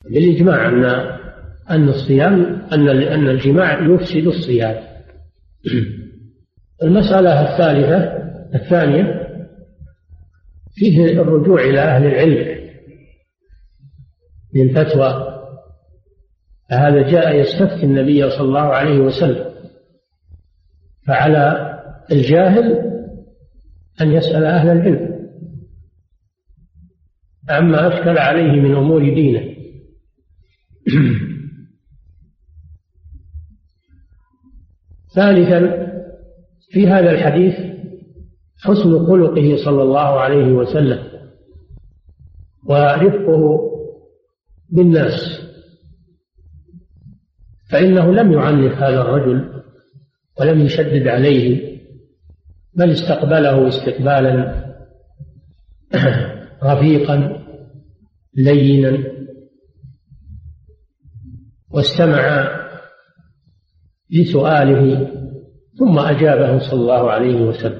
بالإجماع أن الصيام أن الجماع يفسد الصيام. المسألة الثانية فيه الرجوع إلى أهل العلم للفتوى، فهذا جاء يستفتي النبي صلى الله عليه وسلم، فعلى الجاهل أن يسأل أهل العلم عما أشكل عليه من أمور دينه. ثالثا في هذا الحديث حسن خلقه صلى الله عليه وسلم ورفقه بالناس، فإنه لم يعنف هذا الرجل ولم يشدد عليه، بل استقبله استقبالا رفيقا لينا، واستمع لسؤاله ثم أجابه صلى الله عليه وسلم.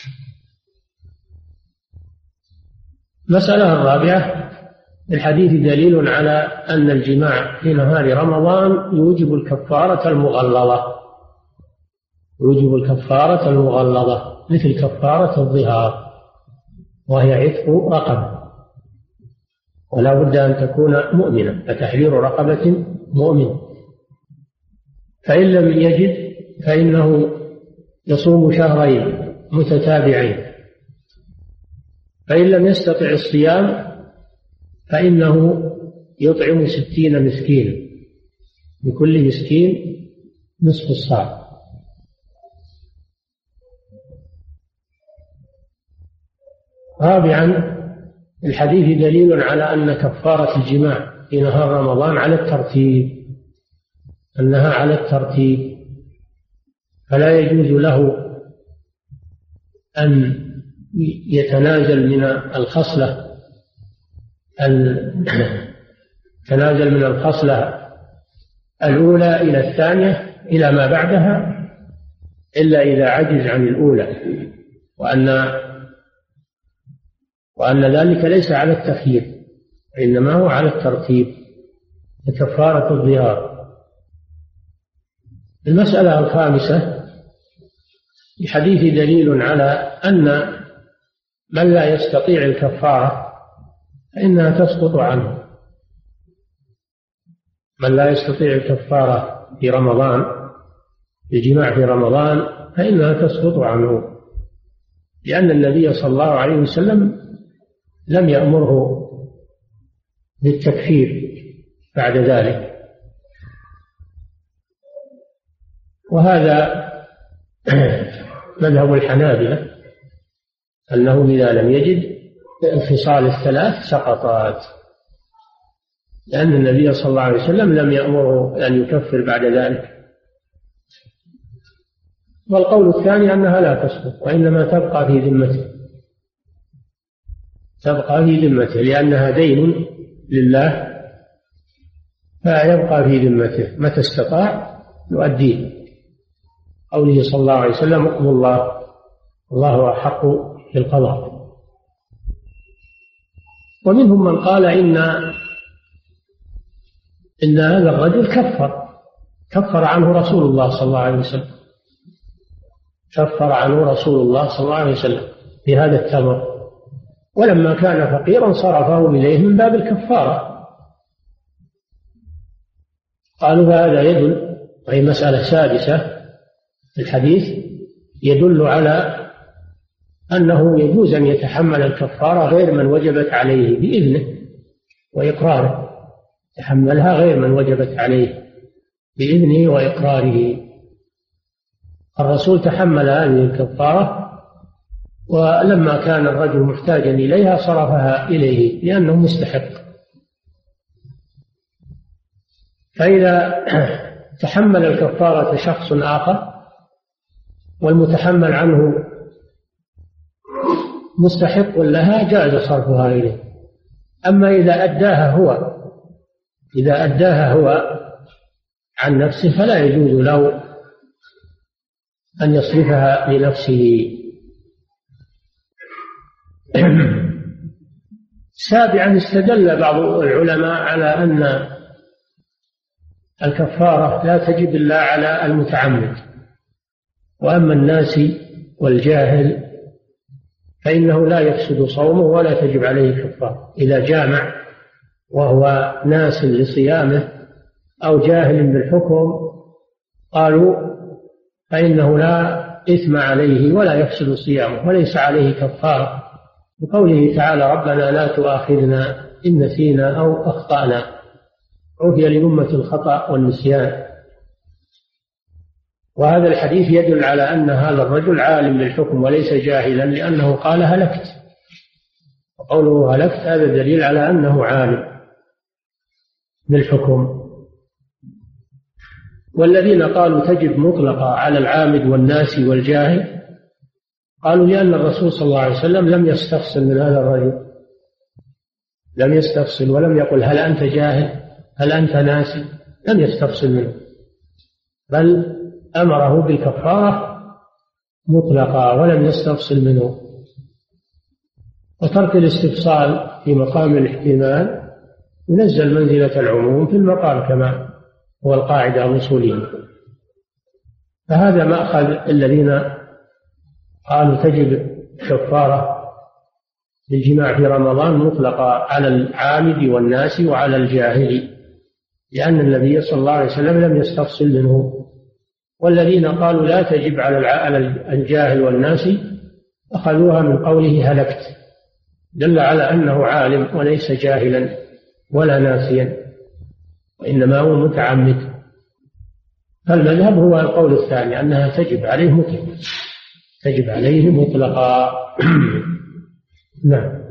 المسألة الرابعة: الحديث دليل على أن الجماع في نهار رمضان يوجب الكفارة المغلظة مثل كفارة الظهار، وهي عتق رقبة، ولا بد أن تكون مؤمنة، فتحرير رقبة مؤمن. فإن لم يجد فإنه يصوم شهرين متتابعين، فإن لم يستطع الصيام فإنه يطعم 60 مسكينا، لكل مسكين نصف الصاع. رابعا الحديث دليل على أن كفارة الجماع في نهار رمضان على الترتيب، أنها على الترتيب، فلا يجوز له أن يتنازل من الخصلة الأولى إلى الثانية إلى ما بعدها إلا إذا عجز عن الأولى، وأن ذلك ليس على التخيير وإنما هو على الترتيب ككفارة الظهار. المسألة الخامسة: الحديث دليل على أن من لا يستطيع الكفارة فإنها تسقط عنه. من لا يستطيع الكفارة في رمضان، الجماع في رمضان، فإنها تسقط عنه، لأن النبي صلى الله عليه وسلم لم يأمره بالتكفير بعد ذلك. وهذا مذهب الحنابلة، أنه إذا لم يجد الخصال الثلاث سقطت، لأن النبي صلى الله عليه وسلم لم يأمره أن يكفر بعد ذلك. والقول الثاني أنها لا تسقط وإنما تبقى في ذمته، لأنها دين لله، فيبقى في ذمته متى استطاع يؤديه. قوله صلى الله عليه وسلم: اقضوا الله أحق بالقضاء. ومنهم من قال إن هذا الرجل كفر عنه رسول الله صلى الله عليه وسلم، في هذا التمر، ولما كان فقيرا صرفه إليه من باب الكفارة. قالوا هذا يدل، وهي مسألة سادسة، الحديث يدل على أنه يجوز أن يتحمل الكفارة غير من وجبت عليه بإذنه وإقراره، يتحملها غير من وجبت عليه بإذنه وإقراره. الرسول تحمل هذه الكفارة، ولما كان الرجل محتاجا إليها صرفها إليه لأنه مستحق. فإذا تحمل الكفارة شخص آخر والمتحمل عنه مستحق لها جاز صرفها إليه. أما إذا أداها هو عن نفسه فلا يجوز له أن يصرفها لنفسه. سابعا، استدل بعض العلماء على أن الكفارة لا تجب إلا على المتعمد، وأما الناسي والجاهل فإنه لا يفسد صومه ولا تجب عليه كفارة. إذا جامع وهو ناس لصيامه أو جاهل بالحكم قالوا فإنه لا إثم عليه ولا يفسد صيامه وليس عليه كفارة، بقوله تعالى: ربنا لا تؤاخذنا إن نسينا أو أخطأنا. عفي لأمة الخطأ والنسيان. وهذا الحديث يدل على أن هذا الرجل عالم بالحكم وليس جاهلا، لأنه قال هلكت، وقوله هلكت هذا دليل على أنه عالم بالحكم. والذين قالوا تجب مطلقة على العامد والناسي والجاهل قالوا لأن الرسول صلى الله عليه وسلم لم يستفصل من هذا الرجل، لم يستفصل ولم يقل هل أنت جاهل هل أنت ناسي، لم يستفصل منه، بل أمره بالكفارة مطلقة ولم يستفصل منه. وترك الاستفصال في مقام الاحتمال ينزل منزلة العموم في المقام كما هو القاعدة الأصولية. فهذا مأخذ الذين قالوا تجب كفارة للجماع في رمضان مطلقة على العامد والناس وعلى الجاهل، لأن النبي صلى الله عليه وسلم لم يستفصل منه. والذين قالوا لا تجب على الجاهل والناس أخذوها من قوله هلكت، دل على أنه عالم وليس جاهلا ولا ناسيا، وإنما هو متعمد. فالمذهب هو القول الثاني أنها تجب عليه مطلقا، تجب عليه مطلقا. نعم.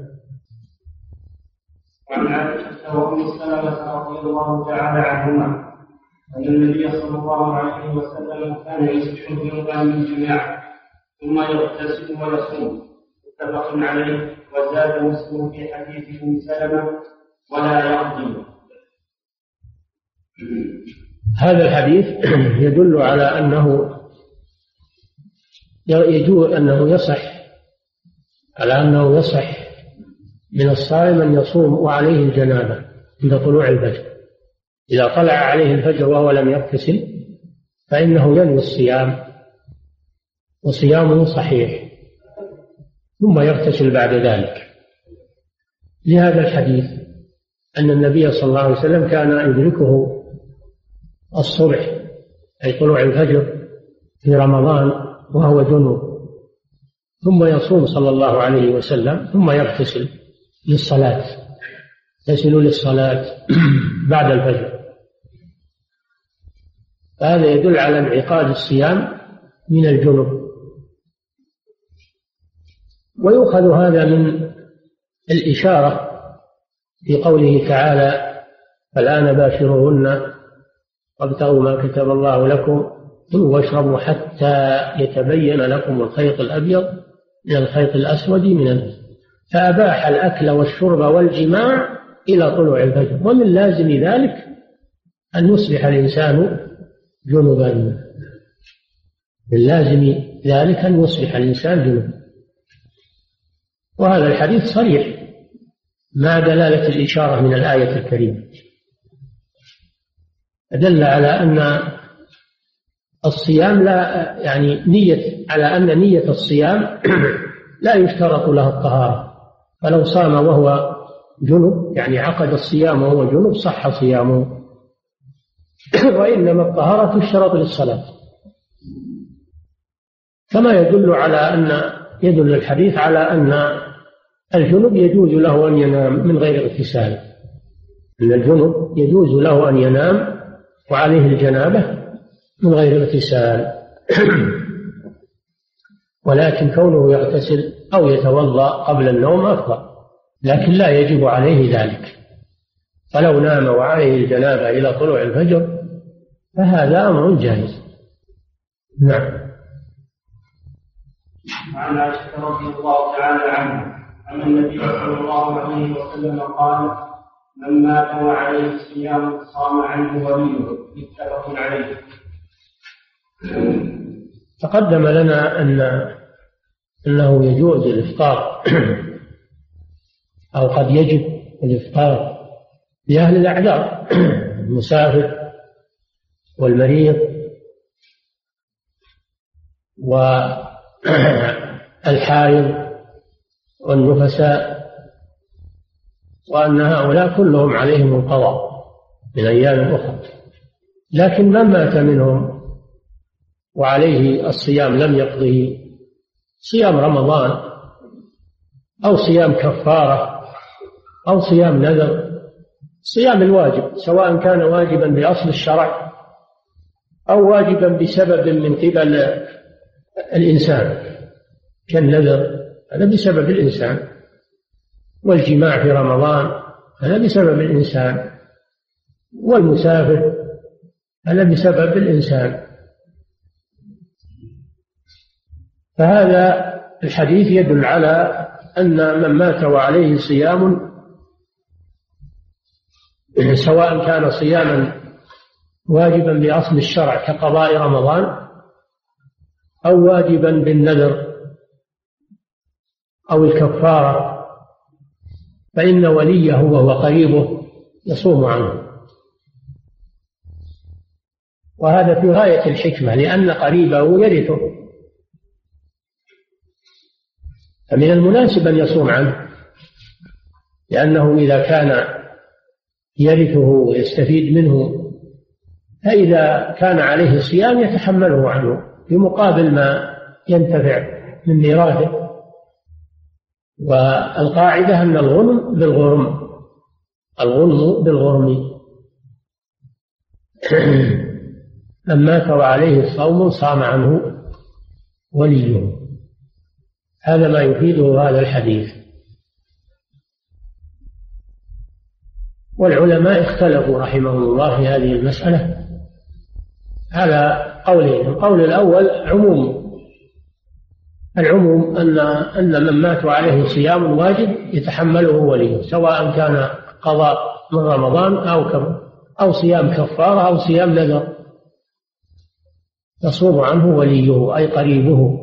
وعن عائشة وأم سلمة رضي الله تعالى عنهما أن النبي صلى الله عليه وسلم كان يمسح الجنوب من جماع ثم يغتسل ويصوم، متفق عليه. وزاد مسلم في حديث أم سلمة ولا يقضي. هذا الحديث يدل على أنه يجوز أنه يصح من الصائم أن يصوم وعليه الجنابة عند طلوع الفجر. إذا طلع عليه الفجر وهو لم يغتسل فإنه ينوي الصيام وصيامه صحيح، ثم يغتسل بعد ذلك. لهذا الحديث أن النبي صلى الله عليه وسلم كان يدركه الصبح أي طلوع الفجر في رمضان وهو جنوب، ثم يصوم صلى الله عليه وسلم ثم يغتسل للصلاة، يغتسل للصلاة بعد الفجر. فهذا يدل على انعقاد الصيام من الجنوب. ويؤخذ هذا من الإشارة في قوله تعالى: فالآن باشروهن وابتغوا ما كتب الله لكم كلوا واشربوا حتى يتبين لكم الخيط الأبيض من الخيط الأسود من الفجر. فأباح الأكل والشرب والجماع إلى طلوع الفجر، ومن لازم ذلك أن يصبح الإنسان جنبا، من لازم ذلك أن يصبح الإنسان جنبا. وهذا الحديث صريح مع دلالة الإشارة من الآية الكريمة، دل على أن الصيام على أن نية الصيام لا يشترط لها الطهارة. فلو صام وهو جنب عقد الصيام وهو جنب صح صيامه، وإنما الطهارة تشترط للصلاة. كما يدل الحديث على أن الجنب يجوز له أن ينام من غير اغتسال، أن الجنب يجوز له أن ينام وعليه الجنابة من غير اغتسال. ولكن كونه يغتسل أو يتوضأ قبل النوم أفضل، لكن لا يجب عليه ذلك. فلو نام وعليه الجنابة إلى طلوع الفجر فهذا أمر جائز. نعم. وعن عائشة رضي الله تعالى عنها أن النبي صلى الله عليه وسلم قال: من مات وعليه الصيام صام عنه وليه، متفق عليه. تقدم لنا أنه يجوز الإفطار أو قد يجب الإفطار لأهل الأعذار المسافر والمريض والحائض والنفساء، وأن هؤلاء كلهم عليهم القضاء من أيام أخرى. لكن من مات منهم وعليه الصيام لم يقضه صيام رمضان أو صيام كفارة أو صيام نذر، صيام الواجب سواء كان واجبا بأصل الشرع أو واجبا بسبب من قبل الإنسان كالنذر، هذا بسبب الإنسان، والجماع في رمضان هذا بسبب الإنسان، والمسافر هذا بسبب الإنسان. فهذا الحديث يدل على أن من مات وعليه صيام سواء كان صياما واجبا بأصل الشرع كقضاء رمضان أو واجبا بالنذر أو الكفارة، فإن وليه وهو قريبه يصوم عنه. وهذا في غاية الحكمة لأن قريبه يرثه، فمن المناسب أن يصوم عنه، لأنه إذا كان يرثه ويستفيد منه فإذا كان عليه صيام يتحمله عنه في مقابل ما ينتفع من ميراثه. والقاعدة أن الغنم بالغرم، الغنم بالغرم. من مات وعليه صوم صام عنه وليه. هذا ما يفيده هذا الحديث. والعلماء اختلفوا رحمهم الله في هذه المسألة على قولين. القول الأول العموم أن من مات وعليه صيام واجب يتحمله وليه، سواء كان قضاء من رمضان أو صيام كفارة أو صيام نذر، يصوم عنه وليه أي قريبه.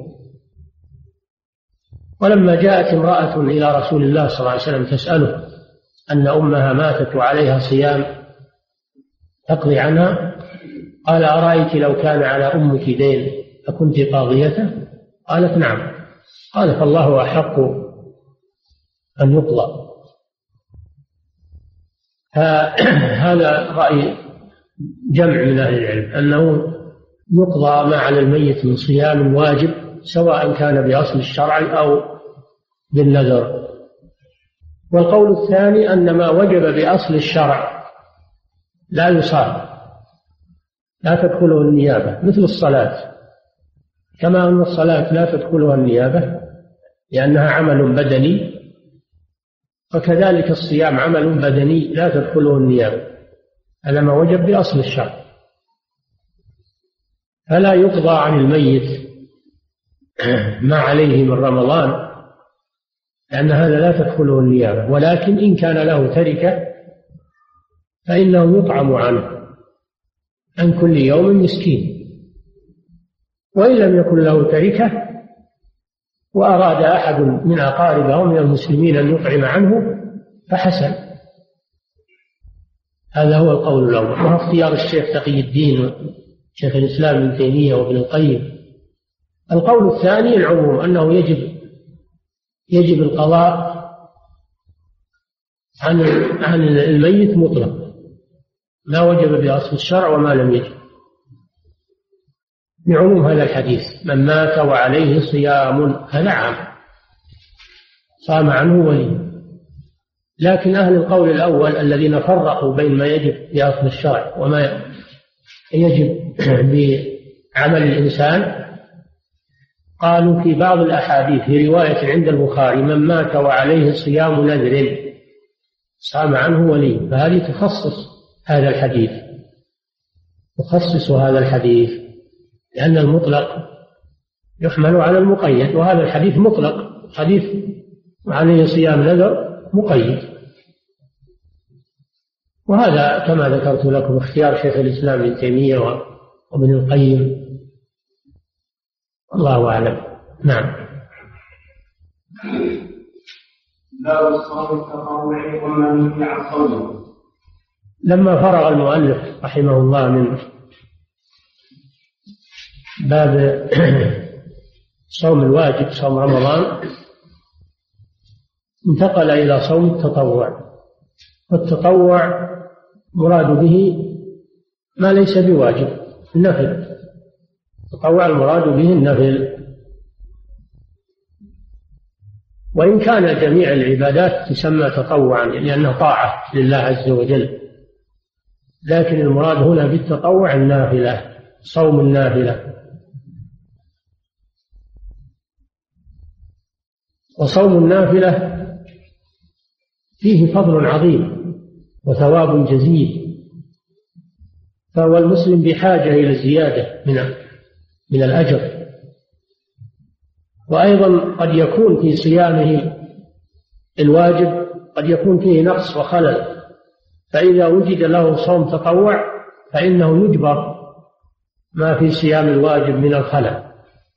ولما جاءت امرأة إلى رسول الله صلى الله عليه وسلم تسأله أن أمها ماتت وعليها صيام تقضي عنها، قال أرأيت لو كان على أمك دين أكنت قاضيته؟ قالت نعم. قال فالله أحق أن يقضى. هذا رأي جمع من أهل العلم أنه يقضى ما على الميت من صيام واجب سواء كان بأصل الشرع أو بالنذر. والقول الثاني أن ما وجب بأصل الشرع لا يصاب، لا تدخله النيابة، مثل الصلاة، كما أن الصلاة لا تدخلها النيابة لأنها عمل بدني، فكذلك الصيام عمل بدني لا تدخله النيابة، هذا ما وجب بأصل الشرع، فلا يقضى عن الميت ما عليه من رمضان لأن هذا لا تدخله النيابة. ولكن إن كان له تركة فإنه يطعم عنه عن كل يوم مسكين. وإن لم يكن له تركة وأراد أحد من أقاربه أو من المسلمين أن يطعم عنه فحسن. هذا هو القول الأول، وهو اختيار الشيخ تقي الدين شيخ الإسلام ابن تيمية وابن القيم. القول الثاني العموم أنه يجب القضاء عن الميت مطلق، ما وجب بأصل الشرع وما لم يجب، بعموم هذا الحديث. من مات وعليه صيام هذا عام، صام عنه ولي. لكن أهل القول الأول الذين فرقوا بين ما يجب بأصل الشرع وما يجب بعمل الإنسان قالوا في بعض الأحاديث في رواية عند البخاري من مات وعليه صيام نذر صام عنه ولي، فهذه تخصص هذا الحديث، تخصص هذا الحديث، لأن المطلق يحمل على المقيد، وهذا الحديث مطلق، حديث عليه صيام نذر مقيد. وهذا كما ذكرت لكم اختيار شيخ الإسلام ابن تيمية وابن القيم، الله أعلم. نعم. باب الصوم التطوعي وما نهي عن صومه. لما فرغ المؤلف رحمه الله من باب صوم الواجب صوم رمضان انتقل إلى صوم التطوع. والتطوع مراد به ما ليس بواجب، النفل. التطوع المراد به النفل، وإن كان جميع العبادات تسمى تطوعا لأنها طاعة لله عز وجل، لكن المراد هنا بالتطوع النافلة، صوم النافلة. وصوم النافلة فيه فضل عظيم وثواب جزيل، فهو المسلم بحاجة إلى الزيادة من الأجر. وأيضا قد يكون في صيامه الواجب قد يكون فيه نقص وخلل، فإذا وجد له صوم تطوع فإنه يجبر ما في صيام الواجب من الخلل.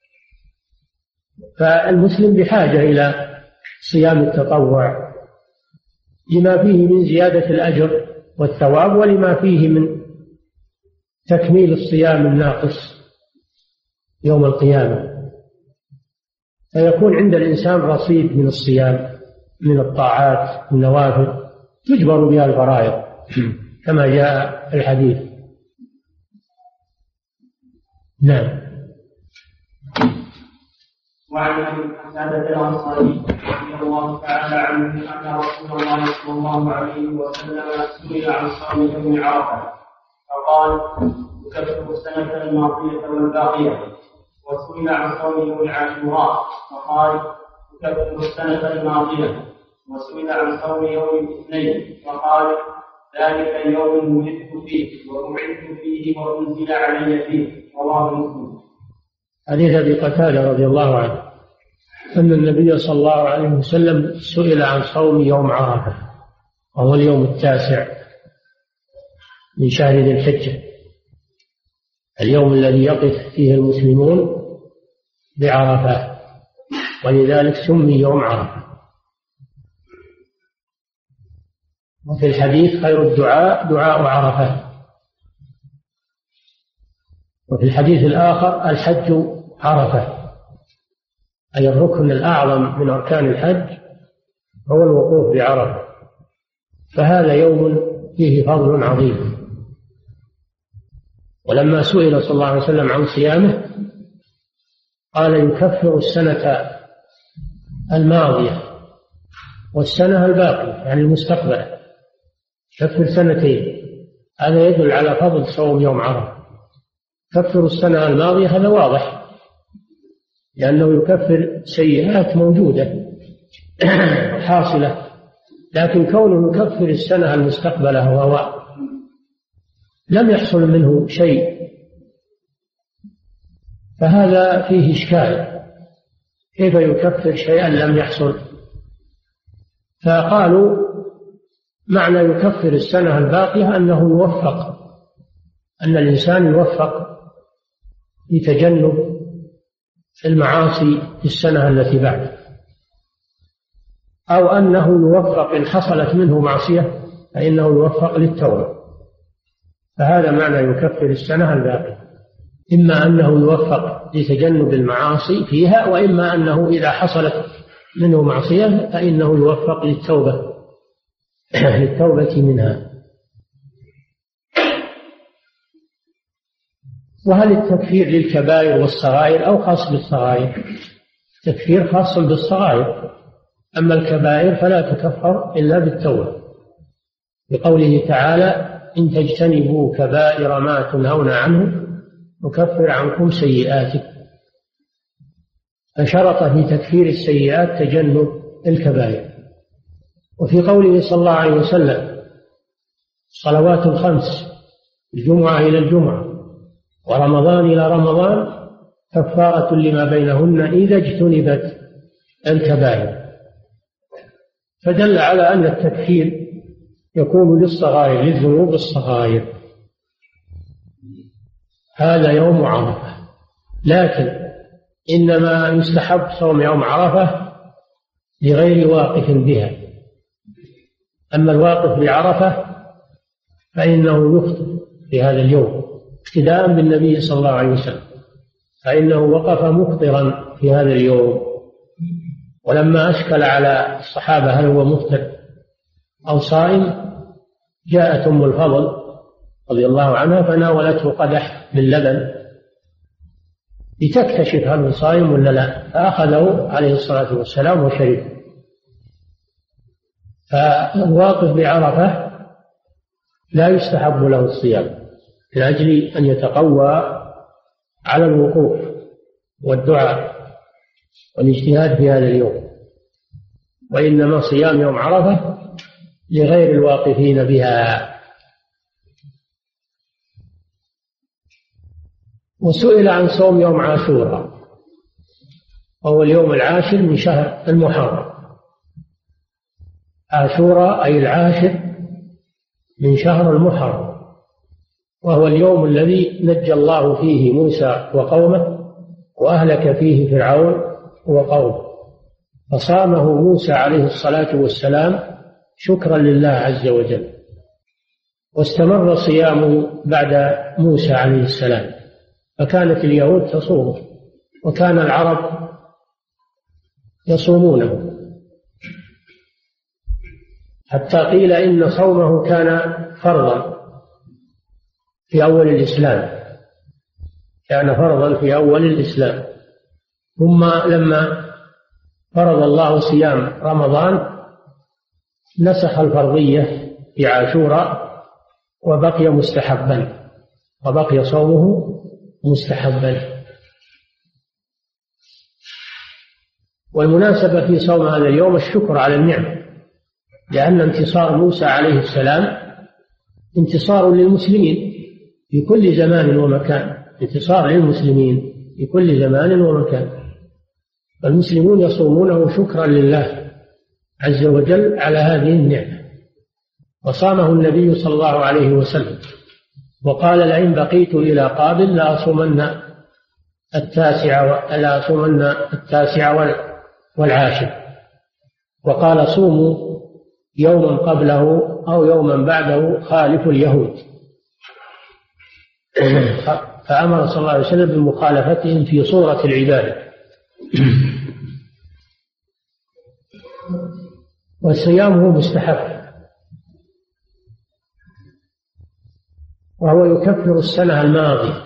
فالمسلم بحاجة إلى صيام التطوع لما فيه من زيادة الأجر والثواب، ولما فيه من تكميل الصيام الناقص يوم القيامة، فيكون عند الإنسان رصيد من الصيام من الطاعات النوافل تجبر بها الفرائض كما جاء في الحديث. نعم. وعن ابي قتادة الانصاري رضي الله تعالى عنه ان رسول الله صلى الله عليه وسلم سئل عن صوم يوم عرفه فقال يكفر السنة الماضية والباقية، وسئل عن صوم يوم عاشوراء فقال يكفر السنة الماضية، وسئل عن صوم يوم الاثنين فقال ذلك يوم ولدت فيه وبعثت فيه وانزل علي فيه. رواه مسلم. حديث ابي قتادة رضي الله عنه ان النبي صلى الله عليه وسلم سئل عن صوم يوم عرفة، وهو اليوم 9 من شهر ذي الحجة، اليوم الذي يقف فيه المسلمون بعرفة، ولذلك سمي يوم عرفة. وفي الحديث خير الدعاء دعاء عرفة. وفي الحديث الآخر الحج عرفة، أي الركن الأعظم من أركان الحج هو الوقوف بعرفة، فهذا يوم فيه فضل عظيم. ولما سئل صلى الله عليه وسلم عن صيامه قال يكفر السنة الماضية والسنة الباقية، يعني المستقبل، يكفر 2. هذا يدل على فضل صوم يوم عرفة. يكفر السنة الماضية هذا واضح، لأنه يكفر سيئات موجودة حاصلة، لكن كونه يكفر السنة المستقبلة وهو لم يحصل منه شيء، فهذا فيه إشكال، كيف يكفر شيئا لم يحصل؟ فقالوا معنى يكفر السنة الباقية أنه يوفق، أن الإنسان يوفق لتجنب المعاصي في السنة التي بعد، أو أنه يوفق إن حصلت منه معصية فإنه يوفق للتوبة. فهذا معنى يكفر السنة الباقية، إما أنه يوفق لتجنب المعاصي فيها، وإما أنه إذا حصلت منه معصية فإنه يوفق للتوبة منها. وهل التكفير للكبائر والصغائر أو خاص بالصغائر؟ التكفير خاص بالصغائر، أما الكبائر فلا تكفر إلا بالتوبة، بقوله تعالى إن تجتنبوا كبائر ما تنهون عنه نكفر عنكم سيئاتكم، فشرط في تكفير السيئات تجنب الكبائر. وفي قوله صلى الله عليه وسلم الصلوات الخمس الجمعة إلى الجمعة ورمضان إلى رمضان كفارة لما بينهن إذا اجتنبت الكبائر، فدل على أن التكفير يكون للصغائر، للذنوب الصغائر. هذا يوم عرفة، لكن إنما يستحب صوم يوم عرفة لغير واقف بها. أما الواقف بعرفة فإنه يفطر في هذا اليوم اقتداء بالنبي صلى الله عليه وسلم، فإنه وقف مفطرا في هذا اليوم. ولما أشكل على الصحابة هل هو مفطر أو صائم، جاءت أم الفضل رضي الله عنها فناولته قدح من لبن لتكتشف هل هو صائم ولا لا، فأخذه عليه الصلاة والسلام وشرب. فالواقف بعرفة لا يستحب له الصيام من أجل أن يتقوى على الوقوف والدعاء والاجتهاد في هذا اليوم، وإنما صيام يوم عرفة لغير الواقفين بها. وسئل عن صوم يوم عاشوراء وهو اليوم العاشر من شهر المحرم. عاشوراء أي العاشر من شهر المحرم، وهو اليوم الذي نجى الله فيه موسى وقومه وأهلك فيه فرعون وقومه، فصامه موسى عليه الصلاة والسلام شكرا لله عز وجل، واستمر صيامه بعد موسى عليه السلام، فكانت اليهود تصومه وكان العرب يصومونه، حتى قيل إن صومه كان فرضا في أول الإسلام، كان فرضا في أول الإسلام. ثم لما فرض الله صيام رمضان نسخ الفرضية في عاشوراء وبقي مستحبا، وبقي صومه مستحبا. والمناسبة في صوم هذا اليوم الشكر على النعمة، لأن انتصار موسى عليه السلام انتصار للمسلمين في كل زمان ومكان، انتصار للمسلمين في كل زمان ومكان، فالمسلمون يصومونه شكرا لله عز وجل على هذه النعمة. وصامه النبي صلى الله عليه وسلم وقال لئن بقيت إلى قابل لأصومن التاسع والعاشر، وقال صوموا يوما قبله أو يوما بعده خالف اليهود، فأمر صلى الله عليه وسلم بمخالفتهم في صورة العبادة. وصيامه مستحب، وهو يكفر السنة الماضية،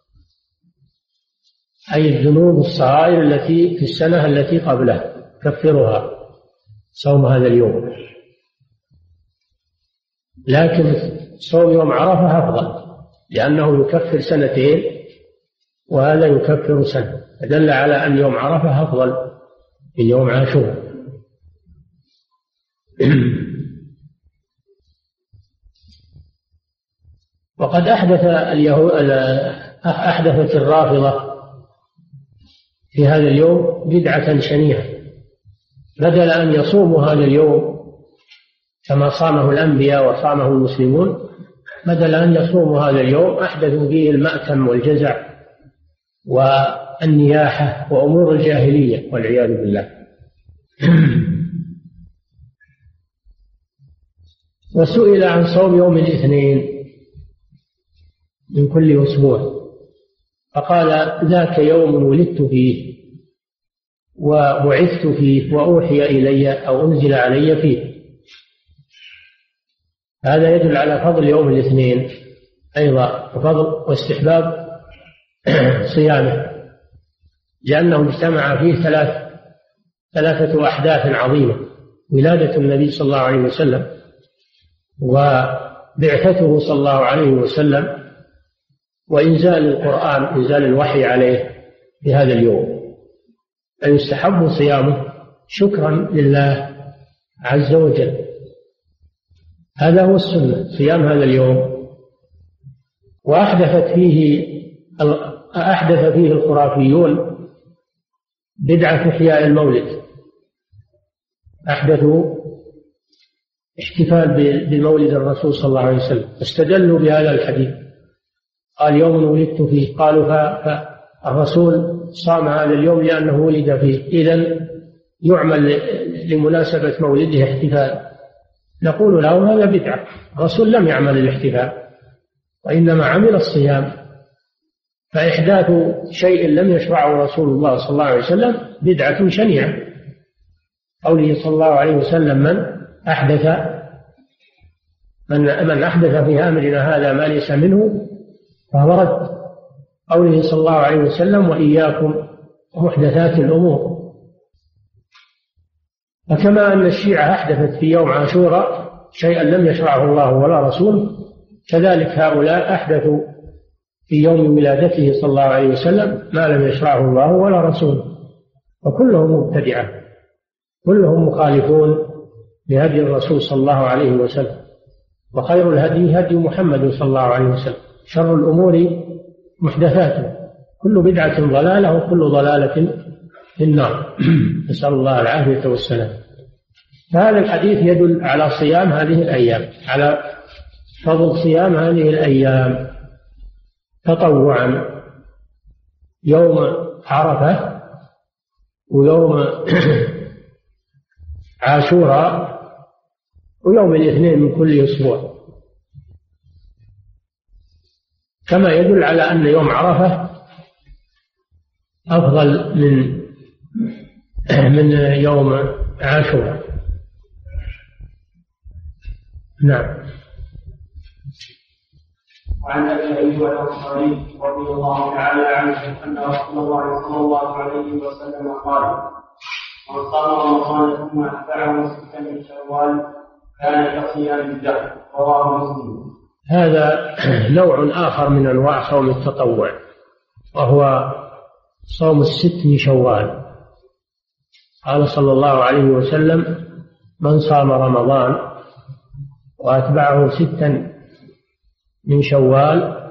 أي الذنوب الصغائر التي في السنة التي قبلها كفرها صوم هذا اليوم. لكن صوم يوم عرفة أفضل لأنه يكفر سنتين وهذا يكفر سنة، فدل على أن يوم عرفة أفضل من يوم عاشوراء. وقد أحدثت الرافضة في هذا اليوم بدعة شنيعة، بدل أن يصوموا هذا اليوم كما صامه الأنبياء وصامه المسلمون، بدل أن يصوموا هذا اليوم أحدثوا فيه المأتم والجزع والنياحة وأمور الجاهلية والعياذ بالله. وسئل عن صوم يوم الاثنين من كل أسبوع، فقال ذاك يوم ولدت فيه وبعثت فيه وأوحي إلي أو أنزل علي فيه. هذا يدل على فضل يوم الاثنين أيضا وفضل واستحباب صيامه، لأنه اجتمع فيه ثلاثة أحداث عظيمة: ولادة النبي صلى الله عليه وسلم، وبعثته صلى الله عليه وسلم، وإنزال القرآن، إنزال الوحي عليه في هذا اليوم. فيستحب صيامه شكرا لله عز وجل. هذا هو السنة، صيام هذا اليوم. وأحدث فيه الخرافيون بدعة إحياء المولد، أحدثوا احتفال بمولد الرسول صلى الله عليه وسلم، استدلوا بهذا الحديث، قال يوم ولدت فيه، قالوا فالرسول صام هذا اليوم لأنه ولد فيه، إذن يعمل لمناسبة مولده احتفال، نقول له هذا بدعة. الرسول لم يعمل الاحتفال وإنما عمل الصيام، فإحداث شيء لم يشرعه رسول الله صلى الله عليه وسلم بدعة شنيعة. قوله صلى الله عليه وسلم من أحدث في أمرنا هذا ما ليس منه فهو رد. قوله صلى الله عليه وسلم وإياكم محدثات الأمور. فكما أن الشيعة أحدثت في يوم عاشوراء شيئا لم يشرعه الله ولا رسوله، كذلك هؤلاء أحدثوا في يوم ولادته صلى الله عليه وسلم ما لم يشرعه الله ولا رسوله، وكلهم مبتدعة، كلهم مخالفون لهدي الرسول صلى الله عليه وسلم. وخير الهدي هدي محمد صلى الله عليه وسلم، شر الأمور محدثاته، كل بدعة ضلالة وكل ضلالة في النار. نسأل الله العافية والسلام. فهذا الحديث يدل على صيام هذه الأيام، على فضل صيام هذه الأيام تطوعا، يوم عرفة ويوم عاشوراء ويوم الاثنين من كل أسبوع، كما يدل على أن يوم عرفة أفضل من يوم عاشوراء. نعم. وعن ابي ايوب الانصاري رضي الله تعالى عنه ان رسول الله صلى الله عليه وسلم قال: من صام رمضان ثم اتبعه ستا من شوال كان كصيام الدهر. رواه مسلم. هذا نوع آخر من أنواع صوم التطوع، وهو صوم الست من شوال. قال صلى الله عليه وسلم: من صام رمضان وأتبعه ستا من شوال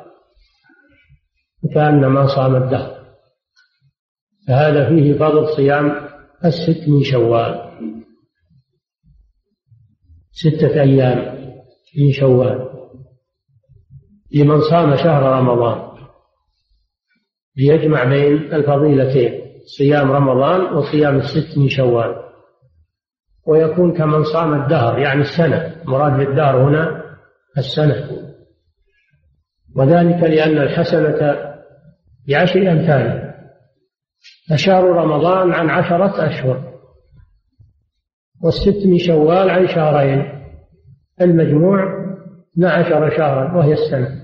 كأنما صام الدهر. فهذا فيه فضل صيام الست من شوال، 6 أيام من شوال لمن صام شهر رمضان، ليجمع بين الفضيلتين، صيام رمضان وصيام الست من شوال، ويكون كمن صام الدهر يعني السنة. مراد بالدهر هنا السنة، وذلك لأن الحسنة ب10 أمثالها. فشهر رمضان عن 10 أشهر، والست من شوال عن 2 شهر، المجموع 12 شهرا وهي السنة.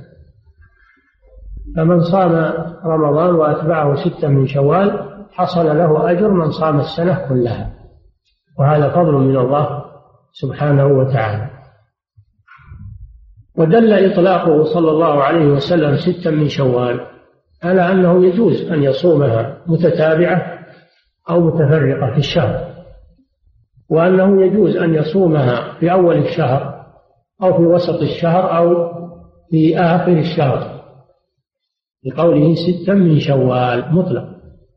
فمن صام رمضان وأتبعه 6 من شوال حصل له أجر من صام السنة كلها، وهذا فضل من الله سبحانه وتعالى. ودل إطلاقه صلى الله عليه وسلم 6 من شوال على أنه يجوز أن يصومها متتابعة أو متفرقة في الشهر، وأنه يجوز أن يصومها في أول الشهر أو في وسط الشهر أو في آخر الشهر، لقوله 6 من شوال مطلق.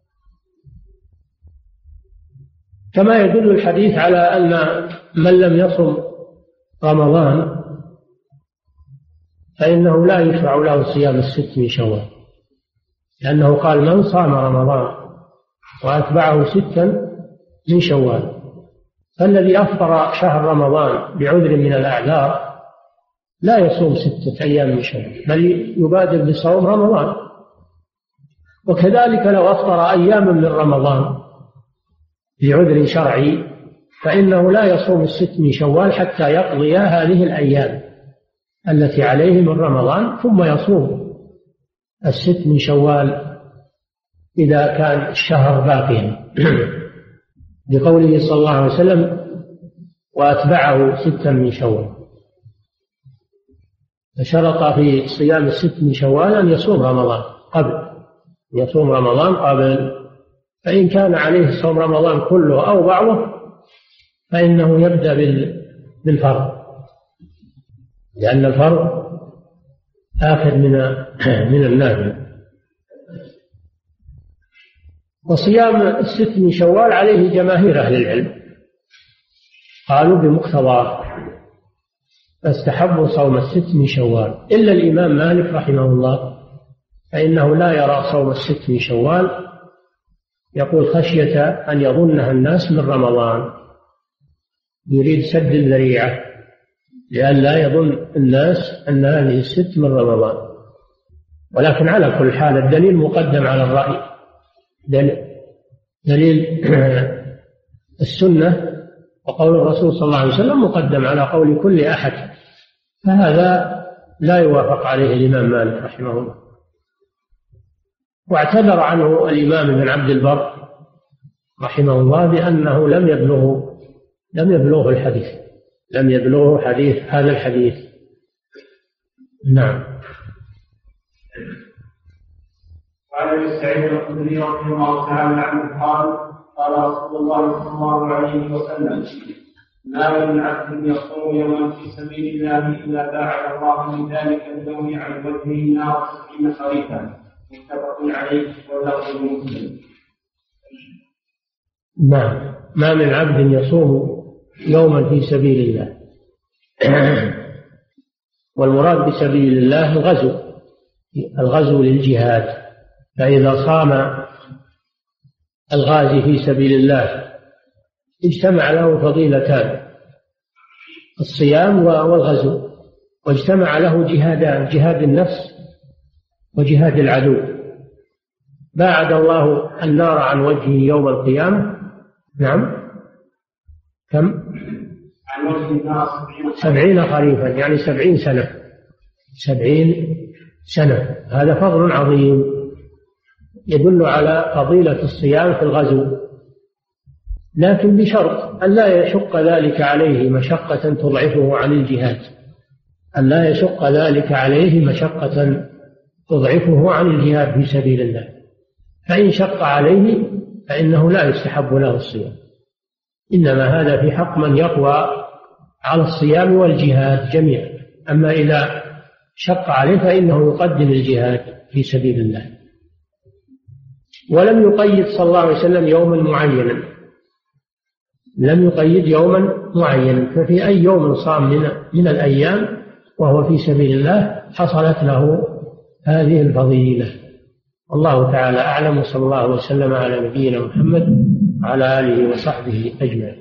كما يدل الحديث على أن من لم يصم رمضان فإنه لا يشرع له صيام الست من شوال، لأنه قال: من صام رمضان وأتبعه 6 من شوال. فالذي أفطر شهر رمضان بعذر من الأعذار لا يصوم 6 أيام من شوال، بل يبادر بصوم رمضان. وكذلك لو أفطر أياما من رمضان بعذر شرعي فإنه لا يصوم 6 من شوال حتى يقضي هذه الأيام التي عليه من رمضان، ثم يصوم 6 من شوال إذا كان الشهر باقيا، بقوله صلى الله عليه وسلم: وأتبعه 6 من شوال. فشرط في صيام 6 من شوال أن يصوم رمضان قبل، فإن كان عليه صوم رمضان كله أو بعضه فإنه يبدأ بالفرض، لأن الفرض آخر من النافلة. وصيام 6 من شوال عليه جماهير أهل العلم، قالوا بمقتضاه، فاستحبوا صوم 6 من شوال، إلا الإمام مالك رحمه الله فإنه لا يرى صوم 6 من شوال، يقول: خشية أن يظنها الناس من رمضان، يريد سد الذريعة لئلا يظن الناس أن هذه الست من رمضان. ولكن على كل حال الدليل مقدم على الرأي، دليل السنة وقول الرسول صلى الله عليه وسلم مقدم على قول كل أحد، فهذا لا يوافق عليه الإمام مالك رحمه الله. واعتذر عنه الإمام ابن عبد البر رحمه الله بأنه لم يبلغه الحديث، لم يبلغه هذا الحديث. نعم. وعن ابي سعيد الخدري رضي الله تعالى عنه قال رسول الله صلى الله عليه وسلم: ما من عبد يصوم يوما في سبيل الله الا باعد الله من ذلك اليوم عن وجهه النار 70 خريفا. متفق عليه واللفظ مسلم. نعم. ما من عبد يصوم يوما في سبيل الله، والمراد بسبيل الله الغزو للجهاد. فإذا صام الغازي في سبيل الله اجتمع له فضيلتان: الصيام والغزو، واجتمع له جهادان: جهاد النفس وجهاد العدو. باعد الله النار عن وجهه يوم القيامة. نعم. كم؟ عن وجه النار 70 خريفا، يعني 70 سنة. 70 سنة. هذا فضل عظيم يدل على فضيلة الصيام في الغزو، لكن بشرط أن لا يشق ذلك عليه مشقة تضعفه عن الجهاد، أن لا يشق ذلك عليه مشقة تضعفه عن الجهاد في سبيل الله. فإن شق عليه فإنه لا يستحب له الصيام، إنما هذا في حق من يقوى على الصيام والجهاد جميعا. أما إذا شق عليه فإنه يقدم الجهاد في سبيل الله. ولم يقيد صلى الله عليه وسلم يوما معينا، لم يقيد يوما معينا، ففي أي يوم صام من الأيام وهو في سبيل الله حصلت له هذه الفضيلة. الله تعالى أعلم، وصلى الله وسلم على نبينا محمد وعلى آله وصحبه أجمعين.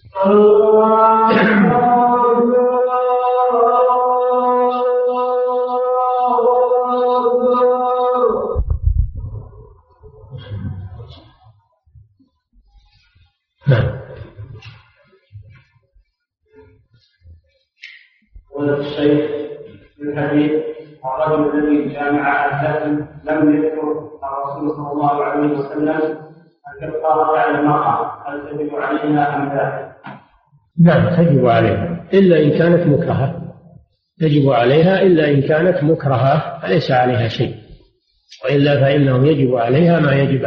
قول الشيخ في الحديث: الرجل الذي جامع أهله لم يذكر الرسول صلى الله عليه وسلم الكفارة على المرأة، هل تجب عليها أم لا؟ نعم، تجب عليها إلا إن كانت مكرهة، تجب عليها إلا إن كانت مكرهة فليس عليها شيء، وإلا فإنه يجب عليها ما يجب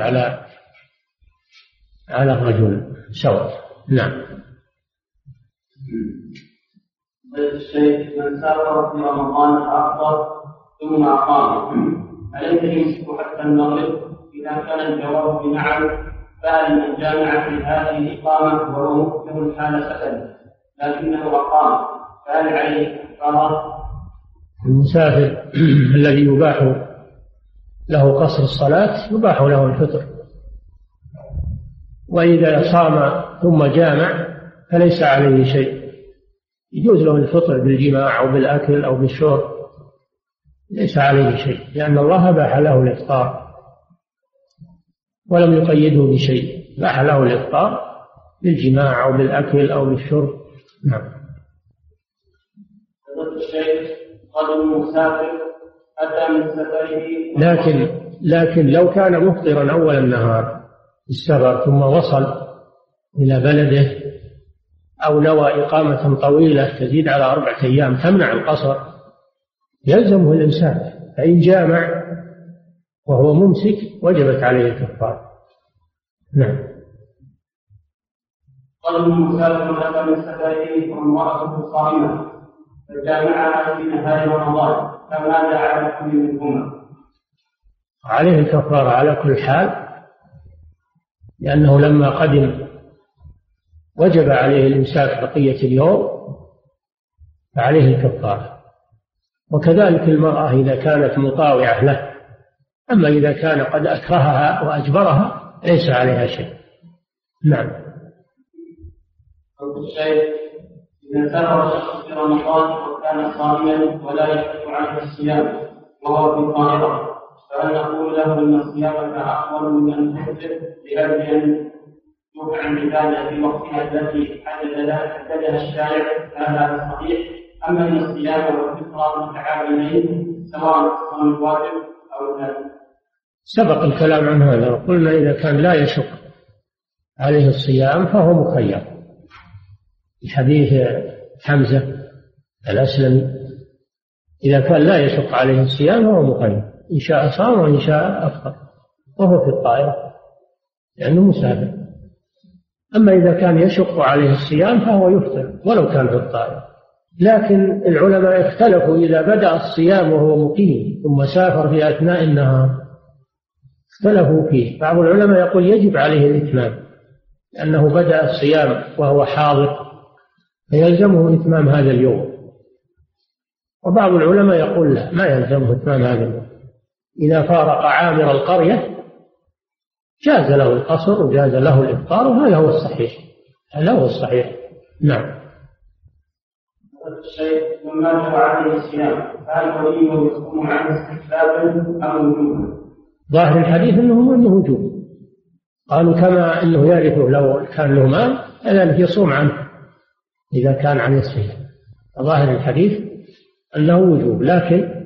على الرجل سواء. نعم. الشيخ: من سافر في رمضان فأفطر ثم أقام، أليس يمسك حتى المغرب؟ إذا كان الجواب بنعم، فهل من جامع في هذه الإقامة وهو مكثر حال سفر لكنه أقام فهل عليه كفارة؟ المسافر الذي يباح له قصر الصلاة يباح له الفطر، وإذا صام ثم جامع فليس عليه شيء، يجوز له الفطر بالجماع أو بالأكل أو بالشرب، ليس عليه شيء، لأن الله باح له الإفطار ولم يقيده بشيء، باح له الإفطار بالجماع أو بالأكل أو بالشرب. نعم. الشيخ: قد المسافر أتى من سفره لكن لو كان مفطرا أول النهار السفر ثم وصل إلى بلده أو نوى إقامة طويلة تزيد على 4 أيام تمنع القصر يلزمه الإمساك، فإن جامع وهو ممسك وجبت عليه الكفارة. نعم. قال المسافر أتى من سفره وامرأته صائمة فجامعها في نهار رمضان، فماذا على كل منهما؟ عليه الكفارة على كل حال، لأنه لما قدم وجب عليه الإمساك بقية اليوم فعليه الكفارة، وكذلك المرأة إذا كانت مطاوعة له، أما إذا كان قد أكرهها وأجبرها ليس عليها شيء. نعم. إذا سافر شخص في رمضان وكان صائما ولا يشق عليه الصيام وهو في القاهرة، فهل نقول له إن الصيام أفضل من أن تفطر لأجل أن يوقع عن عبادة في وقتها التي حددها الشارع؟ هذا صحيح؟ أما أن الصيام والفطر متعاملين سواء كان الواجب أو لا؟ سبق الكلام عن هذا وقلنا إذا كان لا يشق عليه الصيام فهو مخير، في حديث حمزة الأسلمي إذا كان لا يشق عليه الصيام فهو مخير، إن شاء صام وإن شاء أفطر وهو في الطائرة لأنه مسافر. أما إذا كان يشق عليه الصيام فهو يفطر ولو كان في الطائرة. لكن العلماء اختلفوا إذا بدأ الصيام وهو مقيم ثم سافر في أثناء النهار، اختلفوا فيه. بعض العلماء يقول يجب عليه الإتمام لأنه بدأ الصيام وهو حاضر فيلزمه إتمام هذا اليوم، وبعض العلماء يقول لا، ما يلزمه إتمام هذا اليوم. إذا فارق عامر القرية جاز له القصر وجاز له الإفطار، وهذا هو الصحيح، هذا هو الصحيح. نعم. الشيخ لما جرى عليه الصيام هل وليه يصوم عنه استحبابا أم وجوبا؟ ظاهر الحديث أنه وجوب، قالوا كما أنه يعرفه لو كان له مال كذلك يصوم عنه إذا كان عليه الصيام. ظاهر الحديث أنه وجوب، لكن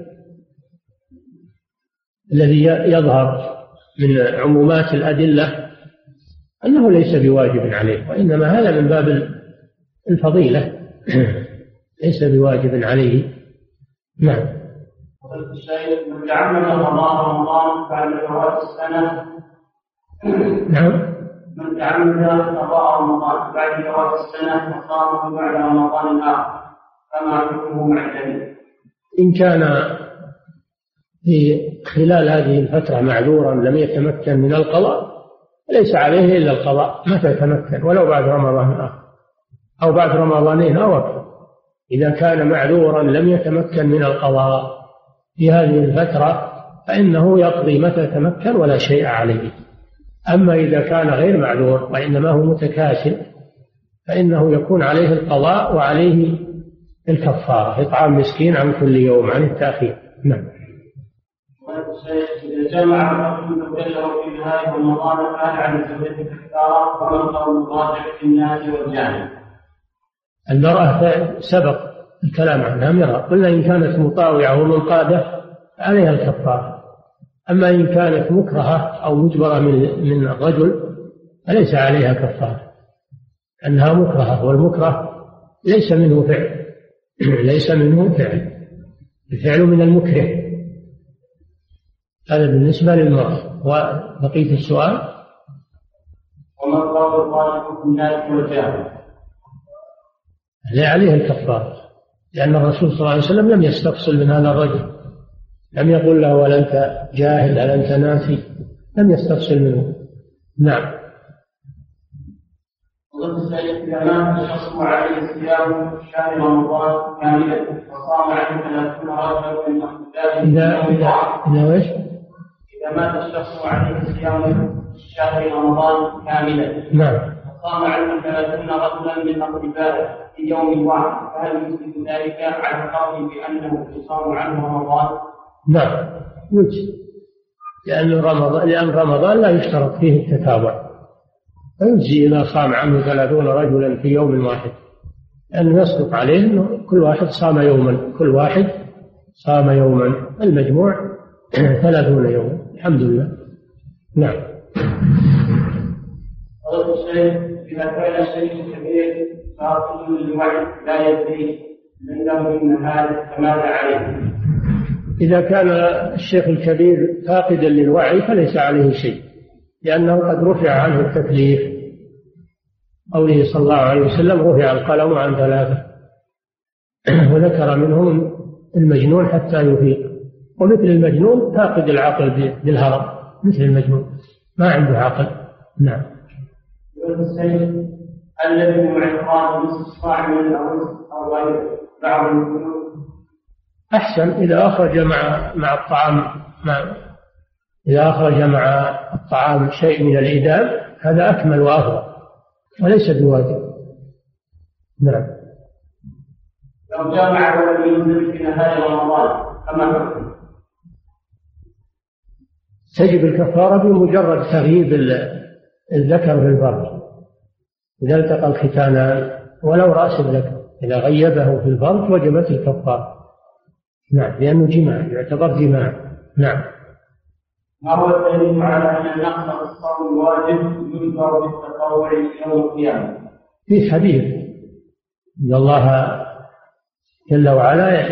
الذي يظهر من عمومات الأدلة أنه ليس بواجب عليه، وإنما هذا من باب الفضيلة ليس بواجب عليه. نعم. الشيخ من تعمد رمضان بعد فوات السنة. نعم. من تعمد قضاء رمضان بعد فوات السنة وصامه بعد رمضان آخر فما حكمه مع الجميع؟ إن كان في خلال هذه الفترة معذورا لم يتمكن من القضاء ليس عليه إلا القضاء متى تمكن، ولو بعد رمضان آخر أو بعد رمضانين أو أكثر. إذا كان معذورا لم يتمكن من القضاء في هذه الفترة فإنه يقضي متى تمكن ولا شيء عليه. أما إذا كان غير معذور وإنما هو متكاسل فإنه يكون عليه القضاء وعليه الكفارة، إطعام مسكين عن كل يوم عن التأخير. نعم. إذا جمع الرجل زوجته في نهاية رمضان فهل عن زوجته كفارة ومن قول الراجح في الناس والجانب؟ المرأة سبق الكلام عنها مرة، قلنا إن كانت مطاوعة ومنقادة عليها الكفارة، أما إن كانت مكرهة أو مجبرة من الرجل فليس عليها كفارة أنها مكرهة، والمكره ليس منه فعل ليس منه فعل، الفعل من المكره. هذا بالنسبة للمرأة. وبقية السؤال ومن قول الراجح في الناس والجانب؟ لا عليه الكفارة، لأن الرسول صلى الله عليه وسلم لم يستفصل من هذا الرجل، لم يقل له هل أنت جاهل هل أنت ناسي، لم يستفصل منه. نعم. إذا مات الشخص عليه صيام شهر رمضان كاملا وصام عنه 30 رجلا من إذا مات الشخص عليه صيام شهر رمضان كاملا نعم وصام عنه 30 رجلا من أقربائه في يوم واحد فهل يمكن ذلك على القول بأنه يصام عنه رمضان؟ نعم يجزي، لأن رمضان لا يشترط فيه التتابع، فيجزي إذا صام عنه 30 رجلا في يوم واحد، لأنه يصدق عليه أنه كل واحد صام يوما، كل واحد صام يوما، المجموع 30 يوما. الحمد لله. نعم. قال الشيخ إذا كان الشيء كبير فاقد للوعي لا يدري عنده من هذا فماذا عليه؟ إذا كان الشيخ الكبير فاقدا للوعي فليس عليه شيء، لأنه قد رفع عنه التكليف، قوله صلى الله عليه وسلم رفع القلم عن 3 وذكر منهم المجنون حتى يفيق، ومثل المجنون فاقد العقل بالهرم، مثل المجنون ما عنده عقل. نعم. الذي هو عقاب نصف صاع من الأرز أو غيره بعض الجنود أحسن إذا أخرج مع الطعام إذا أخرج مع الطعام شيء من الإدام هذا أكمل وأفضل وليس بواجب. نعم. لو جامع ولم ينزل في نهاية رمضان كما حكم؟ تجب الكفارة بمجرد تغييب الذكر في الفرج. إذا التقى الختانان ولو رأس الذكر إذا غيبه في الفرج وجبت الكفارة. نعم، لأنه جماع، يعتبر جماع. نعم. ما هو الدليل على أن النقص في الصوم الواجب يجبر بالتطوع يوم القيامة؟ في حديث إن الله جل وعلا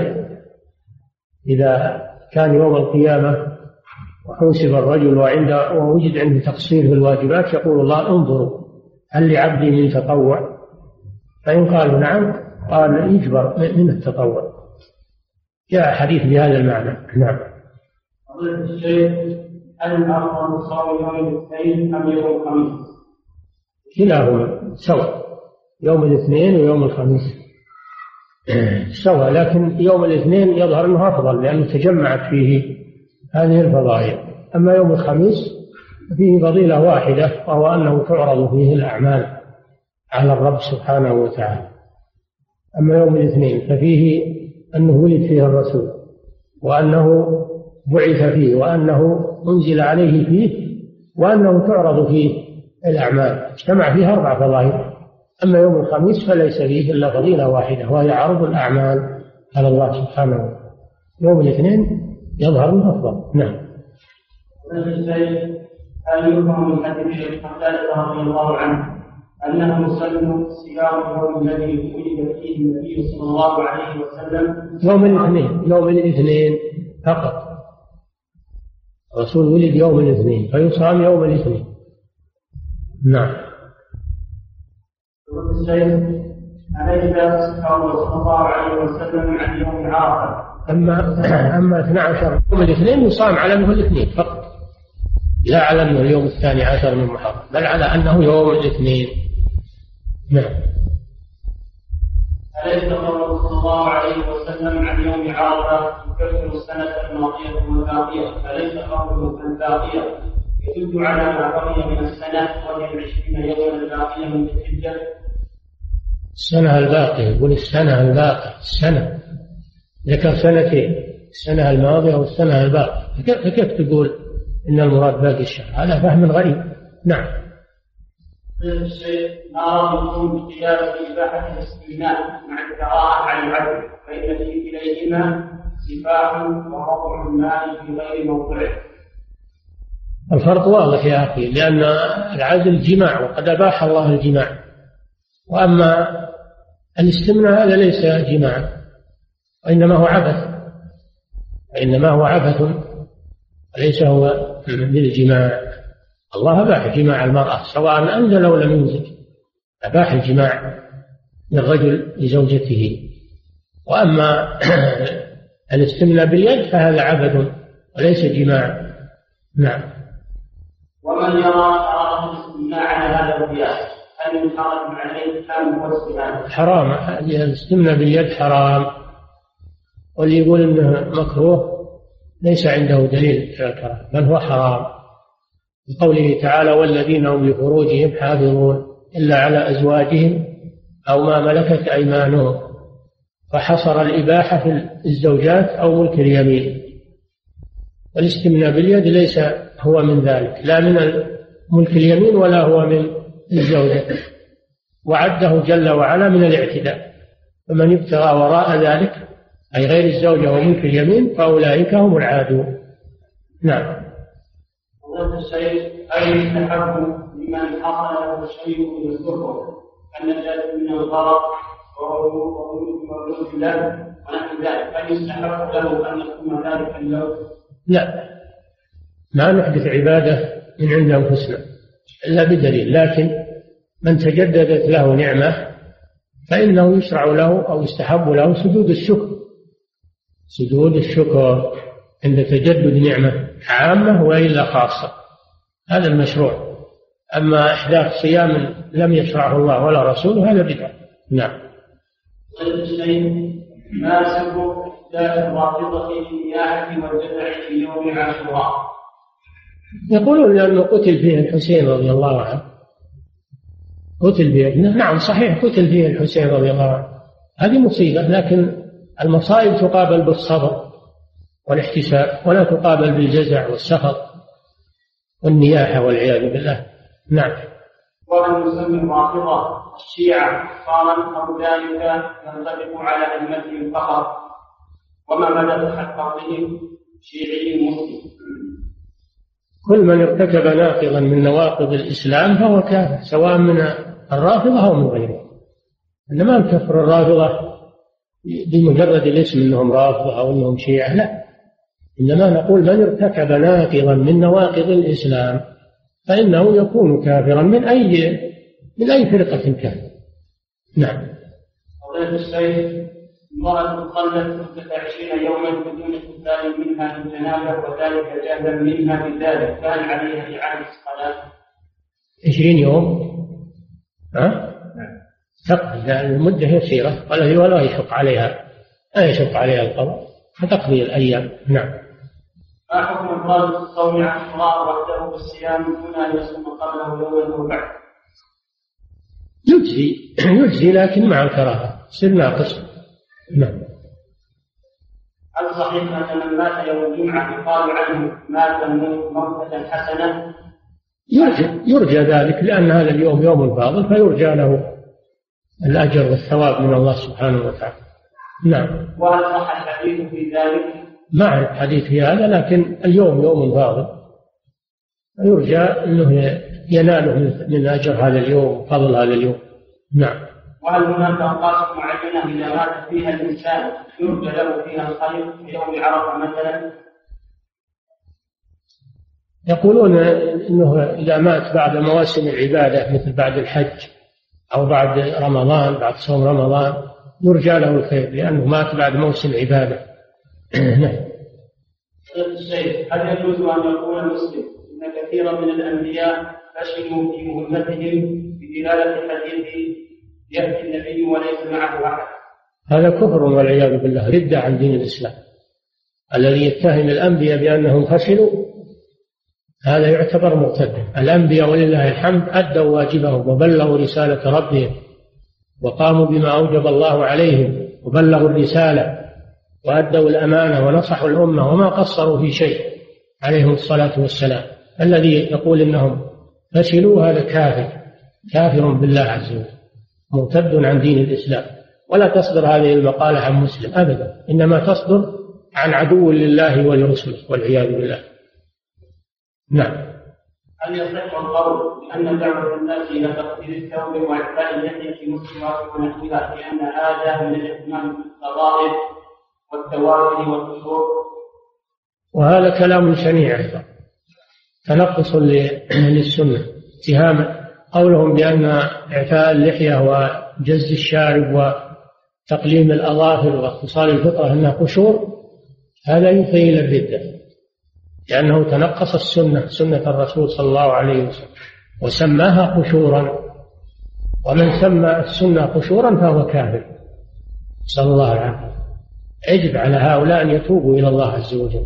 إذا كان يوم القيامة وحوسب الرجل ووجد عنده تقصير في الواجبات يقول الله انظروا هل لعبدي من تطوع؟ فإن قالوا نعم قال يجبر من التطوع. جاء حديث بهذا المعنى. نعم. فضيلة الشيخ، هل الأفضل صوم يوم الاثنين أم يوم الخميس؟ كلاهما سواء، يوم الاثنين ويوم الخميس سواء، لكن يوم الاثنين يظهر أنه أفضل لأنه تجمعت فيه هذه الفضائل. أما يوم الخميس فيه فضيلة واحدة وهو أنه تعرض فيه الأعمال على الرب سبحانه وتعالى. أما يوم الاثنين ففيه أنه ولد فيه الرسول وأنه بعث فيه وأنه أنزل عليه فيه وأنه تعرض فيه الأعمال، اجتمع فيه 4 فضائل. أما يوم الخميس فليس فيه إلا فضيلة واحدة وهي عرض الأعمال على الله سبحانه وتعالى. يوم الاثنين يظهر الأفضل. نعم. هل يفهم من حديث الشيخ قتادة رضي الله عنه أنه يسن صيام اليوم الذي ولد فيه النبي صلى الله عليه وسلم؟ يوم الاثنين فقط. الرسول ولد يوم الاثنين فيصام يوم الاثنين. نعم. أليس قول صلى الله عليه وسلم عن يوم عرفة؟ أما 12 يوم الاثنين يصام على أنه الاثنين فقط، لا على أنه اليوم 12 من محرم، بل على أنه يوم الاثنين. نعم. أليس قول صلى الله عليه وسلم عن يوم عرفة يكفر السنة الماضية والباقية؟ أليس قوله الباقية يدل على ما بقي من السنة وهي 20 يوما الباقية من ذي الحجة؟ السنة الباقية، يقول السنة الباقية، السنة ذكر سنتين، السنة الماضية والسنة الباقية، فكيف تقول إن المراد باقي الشهر؟ هذا فهم غريب. نعم. الشيخ، ما رأيكم بقياس إباحة الاستثناء مع الكراهة عن العدل، فإن في كليهما سفاح ووضع الماء في غير موضعه؟ الفرق واضح يا أخي، لأن العزل جماع وقد أباح الله الجماع، وأما الاستمناء هذا ليس جماعا وإنما هو عبث وليس هو بالجماع. الله أباح جماع المرأة سواء أنزل أو لم ينزل، أباح الجماع للرجل لزوجته. وأما الاستمناء باليد فهذا عبث وليس جماع. نعم. ومن يرى كراهة الاستمناء على هذا القياس هل يحرم عليه كم واستمناء؟ حرام، الاستمناء باليد حرام، واللي يقول انه مكروه ليس عنده دليل على الكراهه، بل هو حرام، بقوله تعالى والذين هم لفروجهم حافظون الا على ازواجهم او ما ملكت ايمانهم، فحصر الاباحه في الزوجات او ملك اليمين. والاستمناء باليد ليس هو من ذلك، لا من ملك اليمين ولا هو من الزوجة، وعده جل وعلا من الاعتداء. فمن ابتغى وراء ذلك أي غير الزوجة وملك اليمين فأولئك هم العادون. نعم. وقلت الشيخ أي يستحب لمن حصل له شيء من الكفر أن ذلك من الغرق ووجود له ونحو ذلك، أي يستحب له أن يكون ذلك اليوم؟ لا، ما نحدث عبادة من عند أنفسنا إلا بدليل، لكن من تجددت له نعمة فإنه يشرع له أو يستحب له سجود الشكر عند تجدد نعمة عامة وإلا خاصة، هذا المشروع. أما إحداث صيام لم يشرعه الله ولا رسوله هذا بدعة. نعم. ما سبب إحداث الرافضة في النياحة والجزع في يوم عاشوراء؟ يقولون لأنه قتل فيه الحسين رضي الله عنه، قتل فيه. نعم صحيح، قتل فيه الحسين رضي الله عنه، هذه مصيبة، لكن المصائب تقابل بالصبر والاحتساب، ولا تقابل بالجزع والسخط والنياحة والعياذ بالله. نعم. ومن يسمي الرافضة الشيعة كفارا أو ذلك ينطبق على أئمتهم فقط، وما مدى صحة فرضهم شيعي مسلم. كل من ارتكب ناقضا من نواقض الإسلام فهو كافر، سواء من الرافضة أو من غيرهم. إنما نكفر الرافضة بمجرد الاسم أنهم رافضة أو أنهم شيعة، لا، إنما نقول من ارتكب ناقضا من نواقض الإسلام فإنه يكون كافرا من أي فرقة كان. نعم. قضية الشيخ، امرأة صلت 26 يوما بدون استقبال منها الجنابة وذلك جهلا منها بذلك، كان عليها إعادة الصلاة 20 يوم؟ تقضي المدة يسيرة ولا يشق عليها، لا يشق عليها القضاء، فتقضي الأيام. نعم. ما حكم إفراد الصوم عن القراء وحده بالصيام دون أن يصوم قبله يوما أو بعد؟ يجزي لكن مع الكراهة، يصير ناقص. نعم. هل صحيح أن من مات يوم الجمعة يقال عنه مات موتة حسنة؟ يرجى ذلك، لأن هذا اليوم يوم فاضل فيرجى له الأجر والثواب من الله سبحانه وتعالى. نعم. وهل صح الحديث في ذلك؟ مع الحديث في هذا، لكن اليوم يوم فاضل يرجى أنه يناله من أجر هذا اليوم وفضل هذا اليوم. نعم. وهل هناك أوقات معينة إذا مات فيها الإنسان يرجى له فيها الخير في يوم عرفة مثلا؟ يقولون إنه إذا مات بعد مواسم العبادة مثل بعد الحج أو بعد رمضان، بعد صوم رمضان، يرجى له الخير لأنه مات بعد موسم عبادة. نعم. الشيخ، هل يجوز أن يقول المسلم إن كثيرا من الأنبياء فشلوا في مهمتهم بدلالة حديث يأتي النبي وليس معه أحد؟ هذا كفر والعياذ بالله، ردة عن دين الإسلام. الذي يتهم الأنبياء بأنهم فشلوا هذا يعتبر مرتدا. الأنبياء ولله الحمد أدوا واجبهم وبلغوا رسالة ربهم وقاموا بما أوجب الله عليهم وبلغوا الرسالة وأدوا الأمانة ونصحوا الأمة وما قصروا في شيء عليهم الصلاة والسلام. الذي يقول إنهم فشلوا هذا كافر بالله عز وجل، مرتد عن دين الإسلام. ولا تصدر هذه المقالة عن مسلم أبدا، إنما تصدر عن عدو لله ولرسله والعياذ بالله. نعم. هل يصح القول بأن دعوة الناس إلى تقدير التوبة وإعفاء اللحية في مسلمات ونحوها لأن هذا من الاهتمام بالفضائل والتوابع والقصور؟ وهذا كلام شنيع أيضا، تنقص للسنة، اتهام قولهم بأن إعفاء اللحية وجز الشارب وتقليم الأظافر واختصار الفطرة أنها قشور، هذا يفضي إلى الردة، لأنه تنقص السنة، سنة الرسول صلى الله عليه وسلم، وسماها قشورا، ومن سمى السنة قشورا فهو كافر، صلى الله عليه وسلم. يجب على هؤلاء أن يتوبوا إلى الله عز وجل.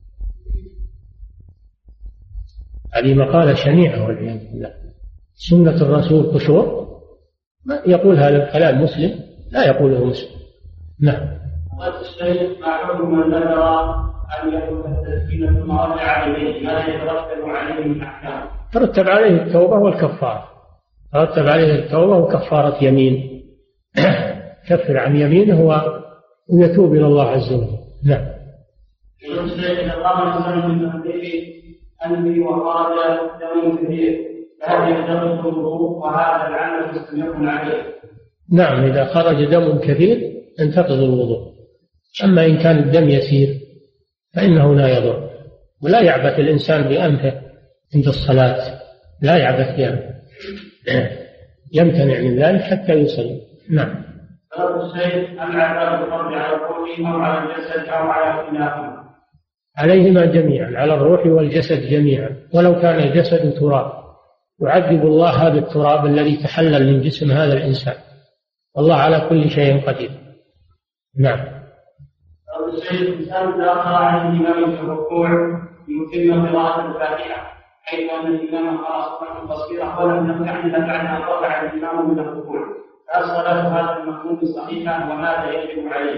هذه مقالة شنيعة والعياذ بالله. سنة الرسول قشور، يقول هذا الكلام مسلم؟ لا يقوله مسلم. نعم. الشيخ، ما حكم من ذكر أن يكون التسكين ثم رجع عليه، ما يترتب عليه من أحكام؟ ترتب عليه التوبة والكفارة، ترتب عليه التوبة وكفارة يمين، كفر عن يمينه ويتوب إلى الله عز وجل. نعم. الشيخ، إذا قام الإنسان من تنظيف أنفه وخرج دم كثير فهل ينتقض الوضوء وهذا العمل مستمر عليه؟ نعم، إذا خرج دم كثير ينتقض الوضوء. أما إن كان الدم يسير فإنه لا يضر، ولا يعبث الإنسان بأنفه عند الصلاة، لا يعبث بأنفه، يمتنع من ذلك حتى يصلي. نعم. الشيخ، هل عذاب القبر على الروح أو على الجسد أو على كلاهما؟ عليهما جميعا، على الروح والجسد جميعا، ولو كان الجسد تراب يعذب الله هذا التراب الذي تحلل من جسم هذا الإنسان، والله على كل شيء قدير. نعم. الشيخ، الإنسان تأخر عن الإمام في الركوع يتم قراءة الفاتحة، حيث أن الإمام قرأ سورة قصيرة ولم يركع إلا بعد أن رفع الإمام من الركوع، هل صلاة هذا المأموم صحيحة وماذا يجب عليه؟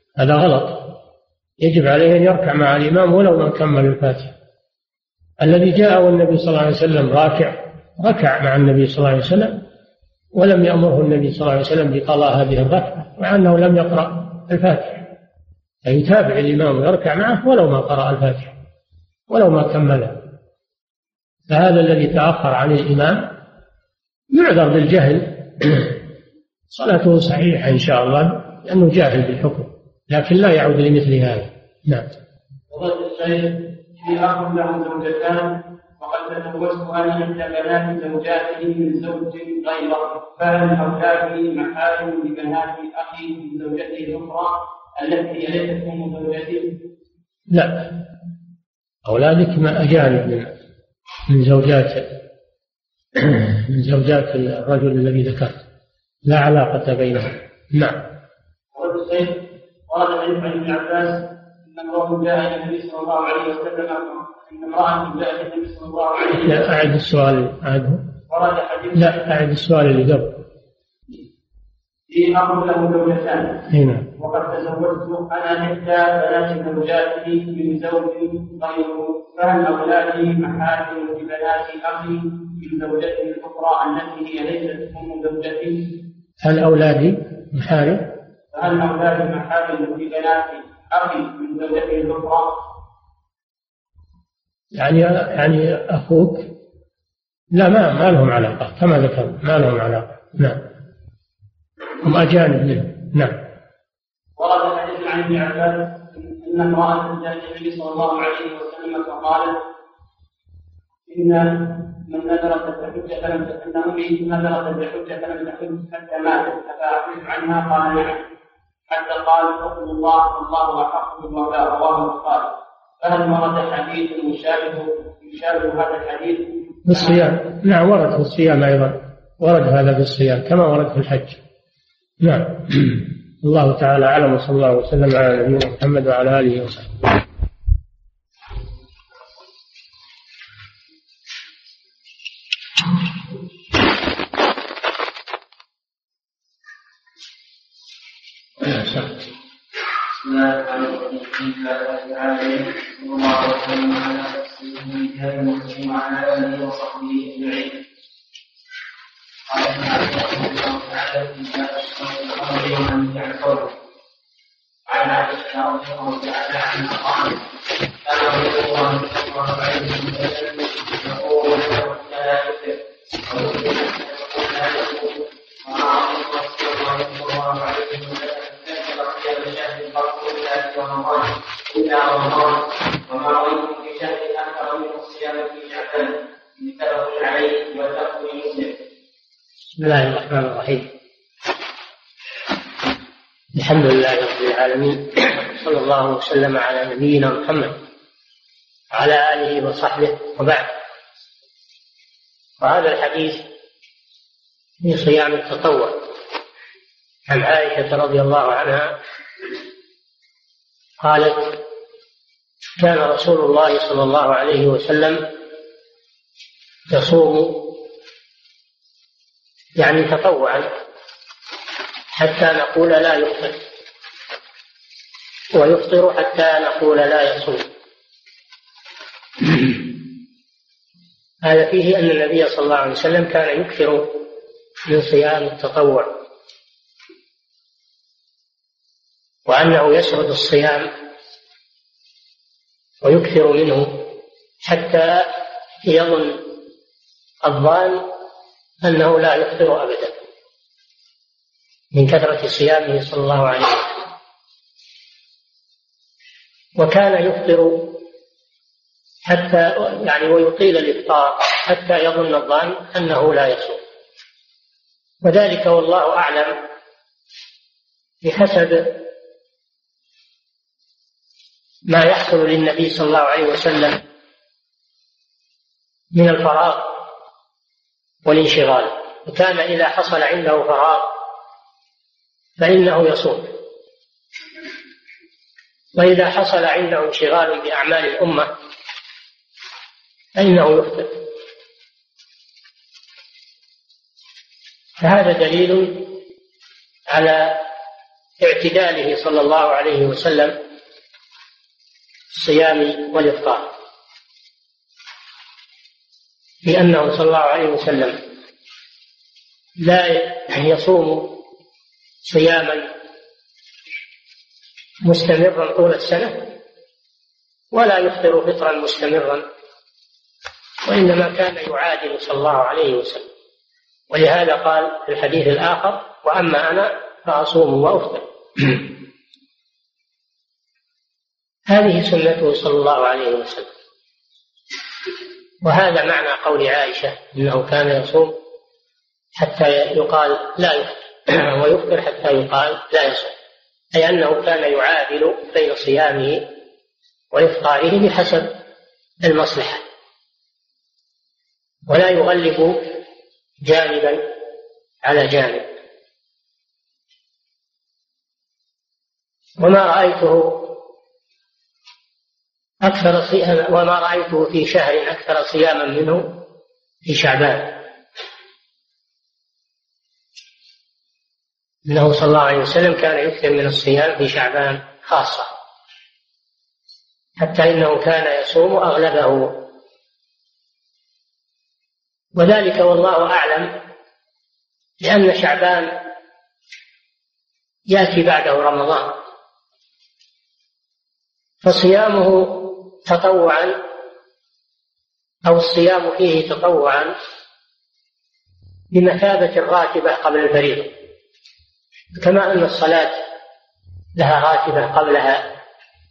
هذا غلط. يجب عليه أن يركع مع الإمام ولو ما كمل الفاتحة. الذي جاء والنبي صلى الله عليه وسلم راكع ركع مع النبي صلى الله عليه وسلم، ولم يأمره النبي صلى الله عليه وسلم بقضاء هذه الركعة مع أنه لم يقرأ الفاتحة، فيتابع الإمام ويركع معه ولو ما قرأ الفاتحة ولو ما كملها. فهذا الذي تأخر عن الإمام يعذر بالجهل، صلاته صحيحة إن شاء الله لأنه جاهل بالحكم، لكن لا يعود لمثل هذا. نعم. وضد الشيخ في أخ له زوجتان وقد تزوجت أنا إحدى بنات زوجاته من زوج غيره، فهل أولاده محارم لبنات أخي من زوجته الأخرى التي هي ليست أم زوجته؟ لا، أولادك ما أجانب من زوجات الرجل الذي ذكرت، لا علاقة بينهم. نعم. وضد الشيخ قال عن ابن عباس أن امرأة جاء إلى النبي صلى الله عليه وسلم أن امرأة جاء إلى النبي صلى الله عليه وسلم. لا، أعد السؤال. أعده. ورد حديث. لا، أعد السؤال اللي قبل. في أخ له زوجتان. هنا. وقد تزوجت أنا إحدى بنات زوجاتي من زوج غيره، فهل أولادي محارم لبنات أخي من زوجته الأخرى التي هي ليست أم زوجتي؟ هل أولادي محارم؟ فهل أولادي محارم لبنات أخي من زوجته الأخرى؟ يعني أخوك لا، ما لهم علاقة كما ذكر، ما لهم علاقة. نعم، هم أجانب منه. نعم. ورد حديث عن ابن عباس أن امرأة جاءت النبي صلى الله عليه وسلم فقالت إن من نذرت الحجة فلم تحج، أن أمي نذرت الحجة فلم تحج حتى ماتت أفأحج عنها؟ قال نعم، حتى قال حكم الله أحق بالوفاء. رواه البخاري. فهل ورد حديث يشابه هذا الحديث بالصيام؟ نعم، ورد في الصيام أيضا، ورد هذا في الصيام كما ورد في الحج. نعم. الله تعالى أعلم، وصلى الله وسلم على نبينا محمد وعلى آله وصحبه. بسم الله الرحمن الرحيم. صلى الله وسلم على سيدنا محمد وعلى آله وصحبه أجمعين. قال الله تعالى في كتاب الأمر ومن يعصره عن عائشة رضي الله تعالى عنها قال كان رسول الله صلى الله عليه وسلم يقول لا يكفر ويقول لا يقول وما رسول الله صلى الله عليه وسلم بقي بشهر فرق إلا في رمضان وما رأيتم في شهر آخر من الصيام في شعبان متفق عليه واللفظ لمسلم. بسم الله الرحمن الرحيم. الحمد لله رب العالمين، صلى الله وسلم على نبينا محمد وعلى آله وصحبه، وبعد. وهذا الحديث في صيام التطوع عن عائشة رضي الله عنها قالت كان رسول الله صلى الله عليه وسلم يصوم يعني تطوعا حتى نقول لا يفطر، ويفطر حتى نقول لا يصوم. هذا فيه أن النبي صلى الله عليه وسلم كان يكثر من صيام التطوع، وأنه يسرد الصيام ويكثر منه حتى يظن الظان أنه لا يفطر أبدا من كثرة صيامه صلى الله عليه وسلم. وكان يفطر حتى ويطيل الإفطار حتى يظن الظان أنه لا يصوم، وذلك والله أعلم بحسب ما يحصل للنبي صلى الله عليه وسلم من الفراغ والانشغال. وكان إذا حصل عنده فراغ فإنه يصوم، وإذا حصل عنده انشغال بأعمال الأمة فإنه يفطر. فهذا دليل على اعتداله صلى الله عليه وسلم في الصيام والإفطار، لأنه صلى الله عليه وسلم لا يصوم صياما مستمرا طول السنة ولا يفطر فطرا مستمرا، وإنما كان يعادل صلى الله عليه وسلم. ولهذا قال في الحديث الآخر: وأما أنا فأصوم وأفطر. هذه سنته صلى الله عليه وسلم. وهذا معنى قول عائشة إنه كان يصوم حتى يقال لا يفطر ويفطر حتى يقال لا يصوم، أي أنه كان يعادل بين صيامه وإفطاره بحسب المصلحة، ولا يغلب جانبا على جانب. وما رأيته في شهر أكثر صياما منه في شعبان. إنه صلى الله عليه وسلم كان يكثر من الصيام في شعبان خاصة، حتى إنه كان يصوم أغلبه. وذلك والله أعلم لأن شعبان يأتي بعده رمضان، فصيامه تطوعا أو الصيام فيه تطوعا بمثابة الراتبة قبل الفريضة، كما أن الصلاة لها راتبة قبلها،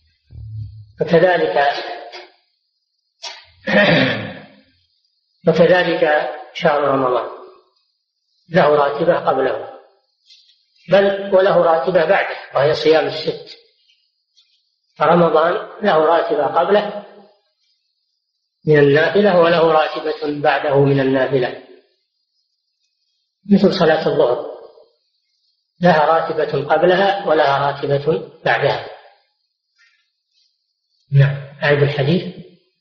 فكذلك شهر رمضان له راتبة قبله، بل وله راتبة بعده وهي صيام الست. فرمضان له راتبة قبله من النافلة وله راتبة بعده من النافلة، مثل صلاة الظهر لها راتبة قبلها ولها راتبة بعدها. نعم. أعد الحديث.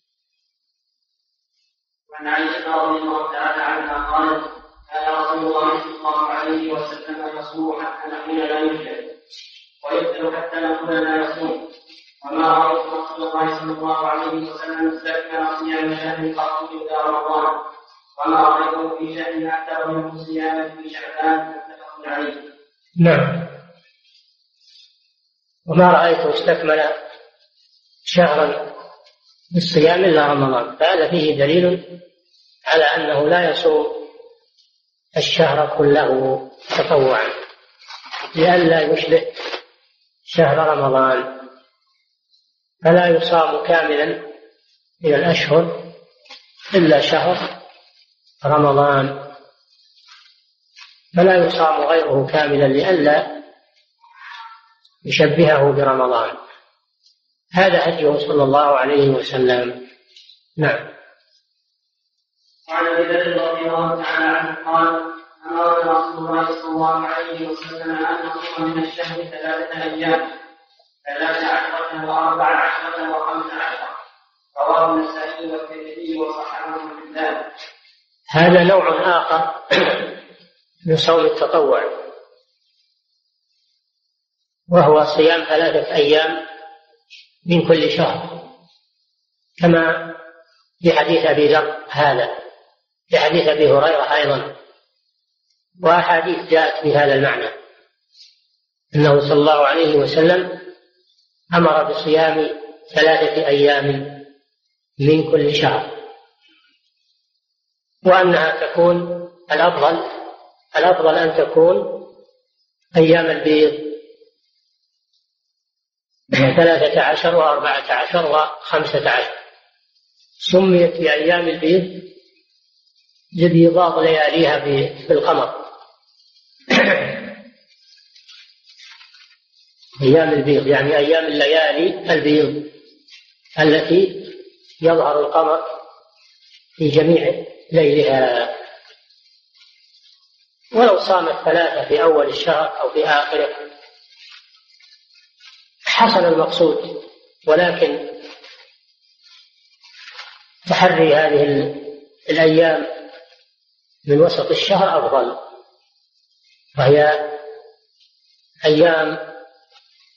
وعن عائشة رضي الله تعالى عنها قالت: كان رسول الله صلى الله عليه وسلم يصوم حتى نكون لا يفطر ويفطر حتى نكون لا يصوم، وما رأيت رسول الله صلى الله عليه وسلم استكمل صيام شهر قط إلا رمضان، وما رأيته في شهر أكثر منه صياما في شعبان. متفق عليه. نعم. وما رأيته استكمل شهرا بالصيام إلا رمضان، فهذا فيه دليل على أنه لا يصوم الشهر كله تطوعا لئلا يشبه شهر رمضان، فلا يصام كاملا من الأشهر إلا شهر رمضان، فلا يصام غيره كاملا لئلا يشبهه برمضان. هذا هديه صلى الله عليه وسلم. نعم. وعن ابي ذر رضي الله تعالى عنه قال: امرنا رسول الله صلى الله عليه وسلم ان نصوم من الشهر 3 أيام، 13 و14 و15. رواه النسائي والترمذي وصححه ابن حبان. هذا نوع آخر من صوم التطوع، وهو صيام 3 أيام من كل شهر، كما في حديث أبي ذر هذا، في حديث أبي هريرة أيضا، وأحاديث جاءت بهذا المعنى، أنه صلى الله عليه وسلم أمر بصيام 3 أيام من كل شهر، وأنها تكون الأفضل أن تكون أيام البيض 13 و14 و15. سميت بأيام البيض لبيضاض لياليها بالقمر. أيام البيض يعني أيام الليالي البيض التي يظهر القمر في جميع ليلها. ولو صامت 3 في أول الشهر أو في آخره حصل المقصود، ولكن تحري هذه الأيام من وسط الشهر أفضل، وهي أيام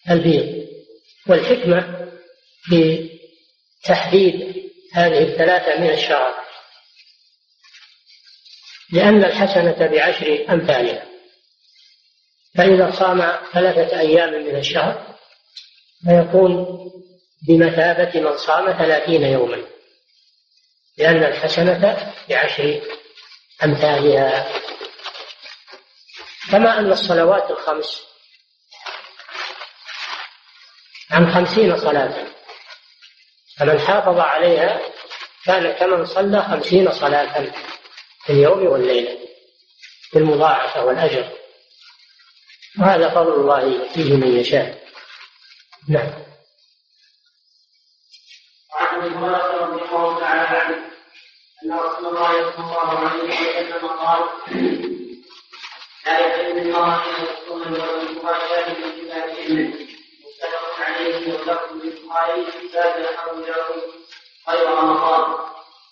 البيض. والحكمة في تحديد هذه الثلاثة من الشهر لأن الحسنة بعشر أمثالها، فإذا صام 3 أيام من الشهر فيكون بمثابة من صام 30 يوما، لأن الحسنة بعشر أمثالها. كما أن الصلوات الخمس عن 50 صلاة، فمن حافظ عليها كان كمن صلى 50 صلاة في اليوم والليلة بالمضاعفة والأجر، وهذا فضل الله يؤتيه من يشاء. نعم. وعن ابي هريره رضي الله تعالى عنه ان رسول الله صلى الله عليه وسلم قال: لا يحل للمرأة ان تصوم وتنفق شاهد من كتابهن. متفق عليه واللفظ للبخاري زاد ابو داود غير رمضان.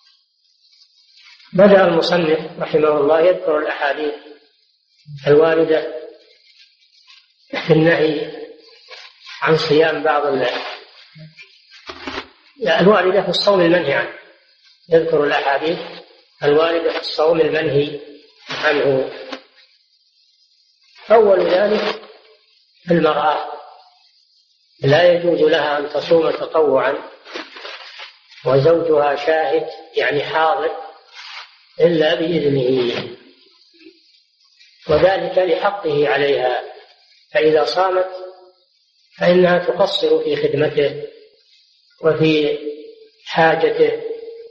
بدأ المصنف رحمه الله يذكر الأحاديث الواردة في النهي عن صيام بعض الواردة في الصوم المنهي عنه. يذكر الأحاديث الواردة في الصوم المنهي عنه. أول ذلك المرأة لا يجوز لها أن تصوم تطوعا وزوجها شاهد يعني حاضر إلا بإذنه، وذلك لحقه عليها، فإذا صامت فإنها تقصر في خدمته وفي حاجته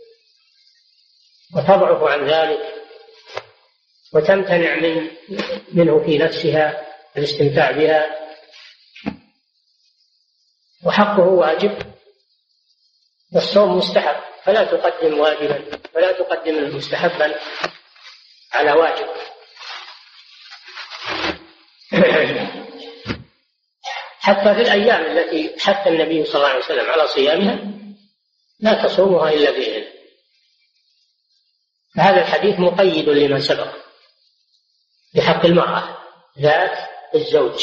وتضعف عن ذلك وتمتنع منه في نفسها الاستمتاع بها، وحقه واجب والصوم مستحب، فلا تقدم واجبا ولا تقدم مستحبا على واجب. حتى في الأيام التي حث النبي صلى الله عليه وسلم على صيامها لا تصومها إلا بإذنه. فهذا الحديث مقيد لما سبق بحق المرأة ذات الزوج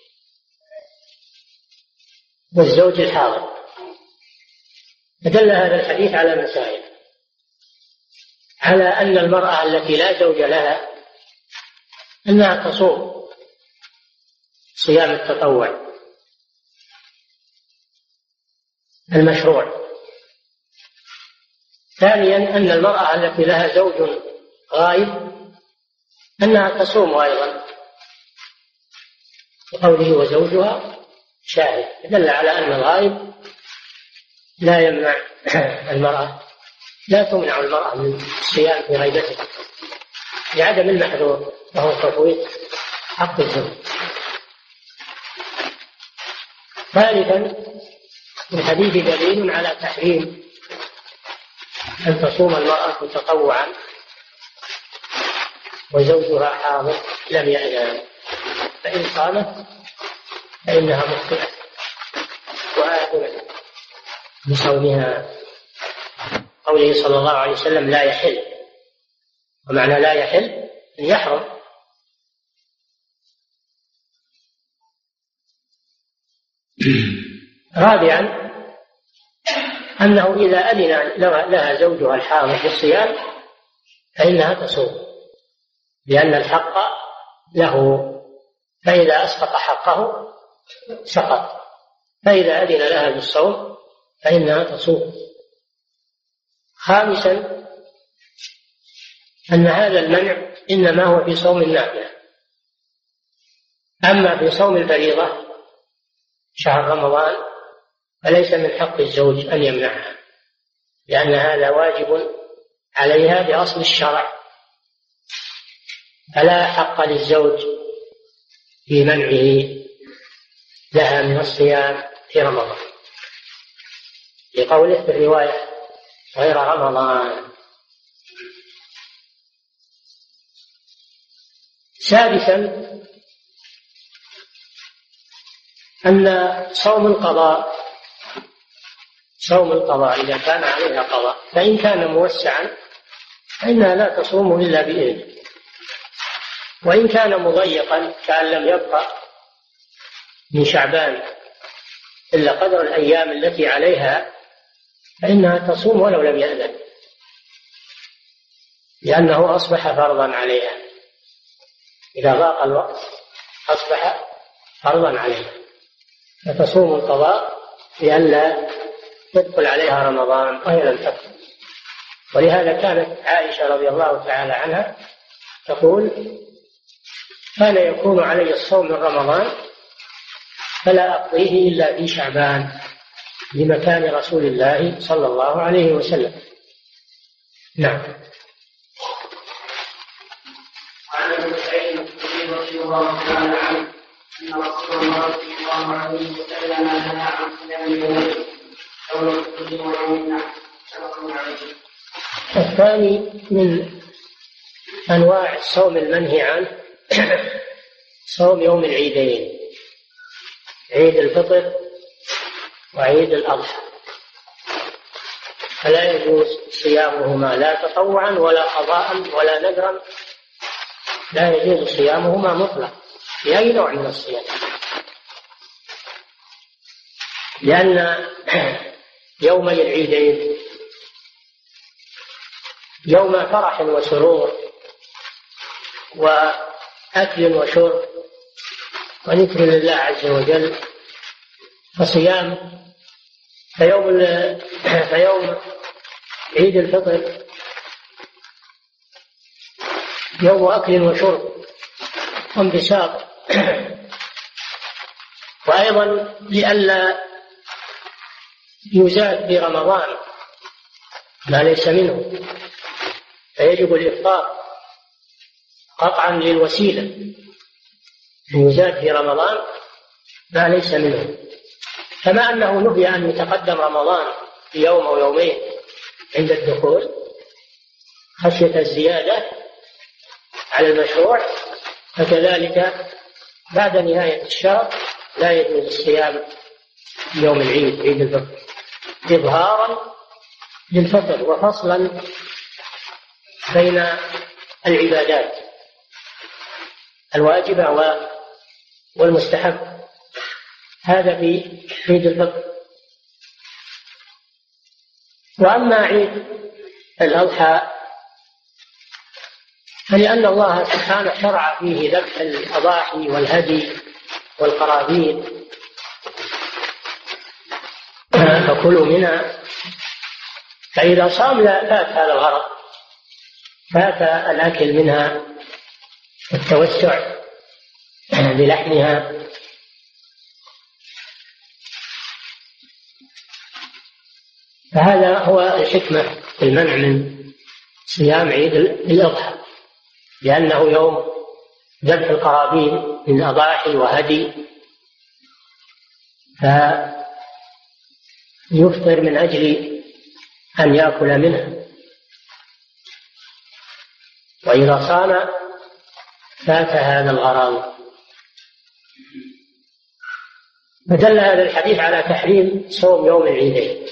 والزوج الحاضر. فدل هذا الحديث على مسائل: على أن المرأة التي لا زوج لها أنها تصوم صيام التطوع المشروع. ثانيا أن المرأة التي لها زوج غائب أنها تصوم أيضا، وقوله وزوجها شاهد دل على أن الغائب لا يمنع المرأة، لا تمنع المرأة من الصيام في غيبته لعدم المحذور وهو تفويت حق الزوج. ثالثا في الحديث دليل على تحريم أن تصوم المرأة تطوعا وزوجها حاضر لم يأذن، فإن صامت فإنها مخطئة وآثمة بصومها. قوله صلى الله عليه وسلم لا يحل، ومعنى لا يحل أن يحرم. رابعا أنه إذا أذن لها زوجها الحاضر بالصيام فإنها تصوم، لأن الحق له، فإذا أسقط حقه سقط، فإذا أذن لها بالصوم فإنها تصوم. خامسا أن هذا المنع إنما هو في صوم النافلة، أما في صوم الفريضة شهر رمضان فليس من حق الزوج أن يمنعها، لأن هذا واجب عليها بأصل الشرع، فلا حق للزوج في منعه لها من الصيام في رمضان، لقوله في الرواية غير رمضان. سادسا أن صوم القضاء إذا كان عليها قضاء فإن كان موسعا فإنها لا تصوم إلا بإذنه، وإن كان مضيقا كأن لم يبقى من شعبان إلا قدر الأيام التي عليها فإنها تصوم ولو لم يأذن، لأنه أصبح فرضا عليها. إذا ضاق الوقت أصبح فرضا عليها، فتصوم القضاء لئلا يدخل عليها رمضان وهي لم تكن. ولهذا كانت عائشة رضي الله تعالى عنها تقول: كان يكون علي الصوم من رمضان فلا أقضيه إلا في شعبان لمكان رسول الله صلى الله عليه وسلم. نعم. وعن ابي سعيد الخدري رضي الله تعالى عنه ان رسول الله صلى الله عليه وسلم نهى عن صيام يومين يوم الفطر ويوم النحر. الثاني من أنواع الصوم المنهي عنه صوم يوم العيدين، عيد الفطر وعيد الأضحى، فلا يجوز صيامهما لا تطوعا ولا قضاء ولا نذرا، لا يجوز صيامهما مطلق في أي نوع من الصيام، لأن يومي العيدين يوم فرح وسرور وأكل وشرب وذكر لله عز وجل، فيوم عيد الفطر يوم أكل وشرب وانبساط، وأيضا لئلا يزاد في رمضان ما ليس منه، فيجب الإفطار قطعا للوسيلة، يزاد في رمضان ما ليس منه. كما أنه نهي أن يتقدم رمضان في يوم أو يومين عند الدخول خشية الزيادة على المشروع، فكذلك بعد نهاية الشهر لا يجوز الصيام يوم العيد، عيد الفطر، إظهارا للفطر وفصلا بين العبادات الواجبة والمستحب. هذا في عيد الفطر. وأما عيد الأضحى فلأن الله سبحانه شرع فيه ذبح الأضاحي والهدي والقرابين، فكلوا منها، فإذا صام فات هذا الغرض، فات الأكل منها والتوسع بلحمها. فهذا هو الحكمة في المنع من صيام عيد الأضحى، لأنه يوم ذبح القرابين من أضاحي وهدي، فيفطر من أجل أن يأكل منه، وإذا صام فات هذا الغرض. فدل هذا الحديث على تحريم صوم يوم العيدين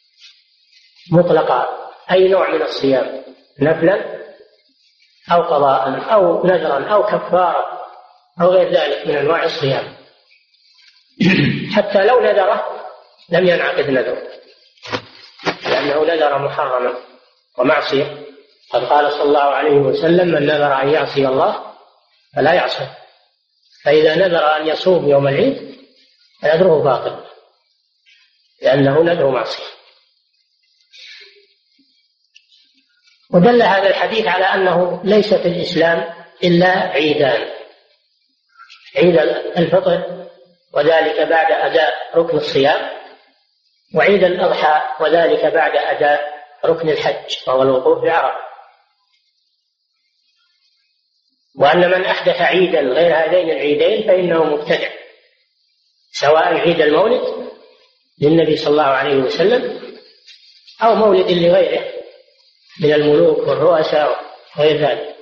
مطلقا، أي نوع من الصيام، نفلا أو قضاء أو نذرا أو كفارة أو غير ذلك من أنواع الصيام. حتى لو نذره لم ينعقد نذره، لأنه نذر محرما ومعصية. قد قال صلى الله عليه وسلم: من نذر أن يعصي الله فلا يعصي. فإذا نذر أن يصوم يوم العيد فنذره باطل، لأنه نذر معصية. ودل هذا الحديث على أنه ليس في الإسلام إلا عيدان: عيد الفطر وذلك بعد أداء ركن الصيام، وعيد الأضحى وذلك بعد أداء ركن الحج وهو الوقوف بعرفة. وأن من أحدث عيدا غير هذين العيدين فإنه مبتدع، سواء عيد المولد للنبي صلى الله عليه وسلم أو مولد لغيره من الملوك والرؤساء وغير ذلك،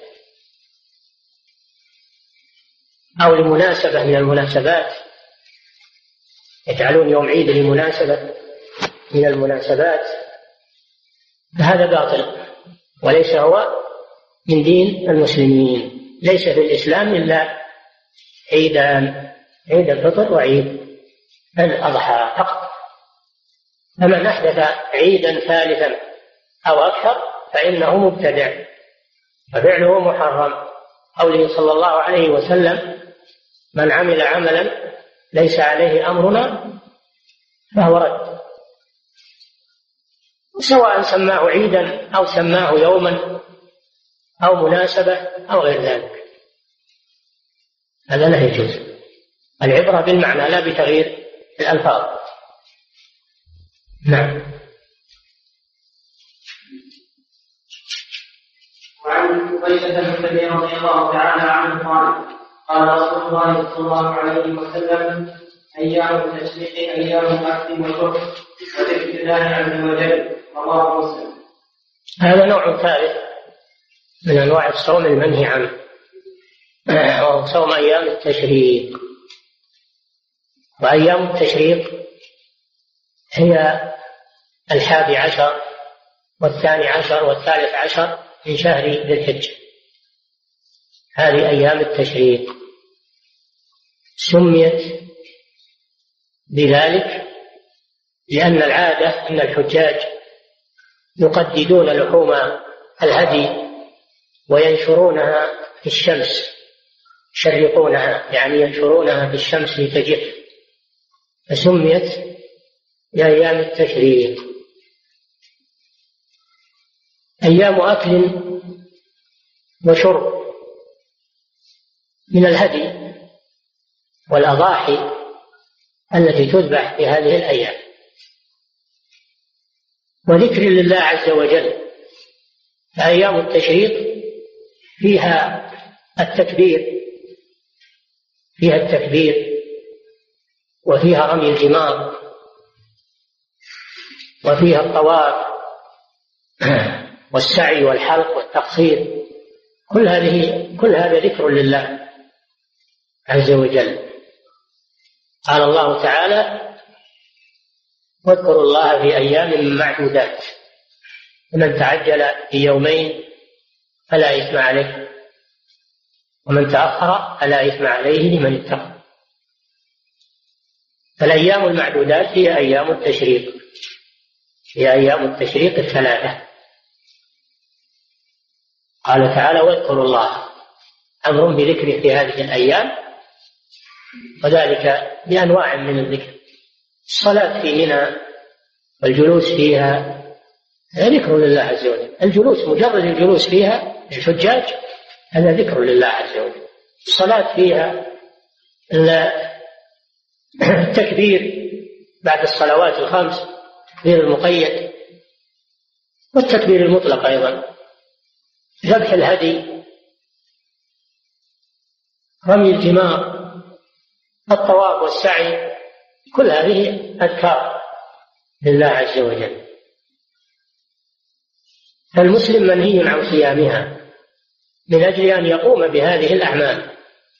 أو لمناسبة من المناسبات، يجعلون يوم عيد لمناسبة من المناسبات، فهذا باطل وليس هو من دين المسلمين. ليس في الإسلام إلا عيدان: عيد الفطر وعيد الأضحى فقط. فمن أحدث عيدا ثالثا أو أكثر فإنه مبتدع وفعله محرم. قوله صلى الله عليه وسلم: من عمل عملا ليس عليه أمرنا فهو رد، سواء سماه عيدا أو سماه يوما أو مناسبة أو غير ذلك، هذا لا يجوز. العبرة بالمعنى لا بتغيير الألفاظ. نعم. وعن حذيفة بن اليمان رضي الله تعالى عنه قال رسول الله صلى الله عليه وسلم: أيام التشريق أيام أكل وشرب وذكر الله عز وجل. رواه مسلم. هذا نوع ثالث من أنواع الصوم المنهي عنه، وهو صوم أيام التشريق. وأيام التشريق هي 11 و12 و13 من شهر ذي الحجة، هذه أيام التشريق. سميت بذلك لأن العادة أن الحجاج يقددون لحوم الهدي وينشرونها في الشمس، يشرقونها يعني ينشرونها في الشمس لتجف، فسميت بأيام التشريق. أيام أكل وشرب من الهدي والأضاحي التي تذبح في هذه الأيام، وذكر لله عز وجل. أيام التشريق فيها التكبير وفيها رمي الجمار وفيها الطواف والسعي والحلق والتقصير، كل هذا ذكر لله عز وجل. قال الله تعالى: واذكروا الله في أيام معدودات، ومن تعجل في يومين فلا إثم عليه ومن تأخر فلا إثم عليه لمن اتقى. فالأيام المعدودات هي أيام التشريق، هي أيام التشريق الثلاثة. قال تعالى: واذكروا الله، أمر بذكره في هذه الأيام، وذلك بأنواع من الذكر. الصلاة في منى والجلوس فيها ذكر لله عز وجل. الجلوس، مجرد الجلوس فيها الحجاج، هذا ذكر لله عز وجل. الصلاة فيها، التكبير بعد الصلوات الخمس، التكبير المقيد والتكبير المطلق أيضا، ذبح الهدي، رمي الجمار، الطواف والسعي، كل هذه أذكار لله عز وجل. فالمسلم منهي عن صيامها من أجل أن يقوم بهذه الأعمال،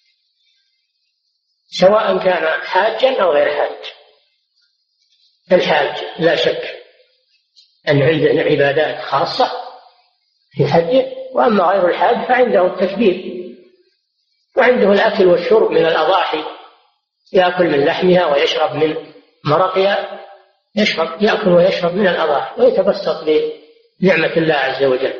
سواء كان حاجا أو غير حاج. الحاج لا شك أن عنده عبادات خاصة في حجه، وأما غير الحاج فعنده التكبير وعنده الأكل والشرب من الأضاحي، يأكل من لحمها ويشرب من مرقها، يأكل ويشرب من الأضاحي ويتبسط بنعمة الله عز وجل.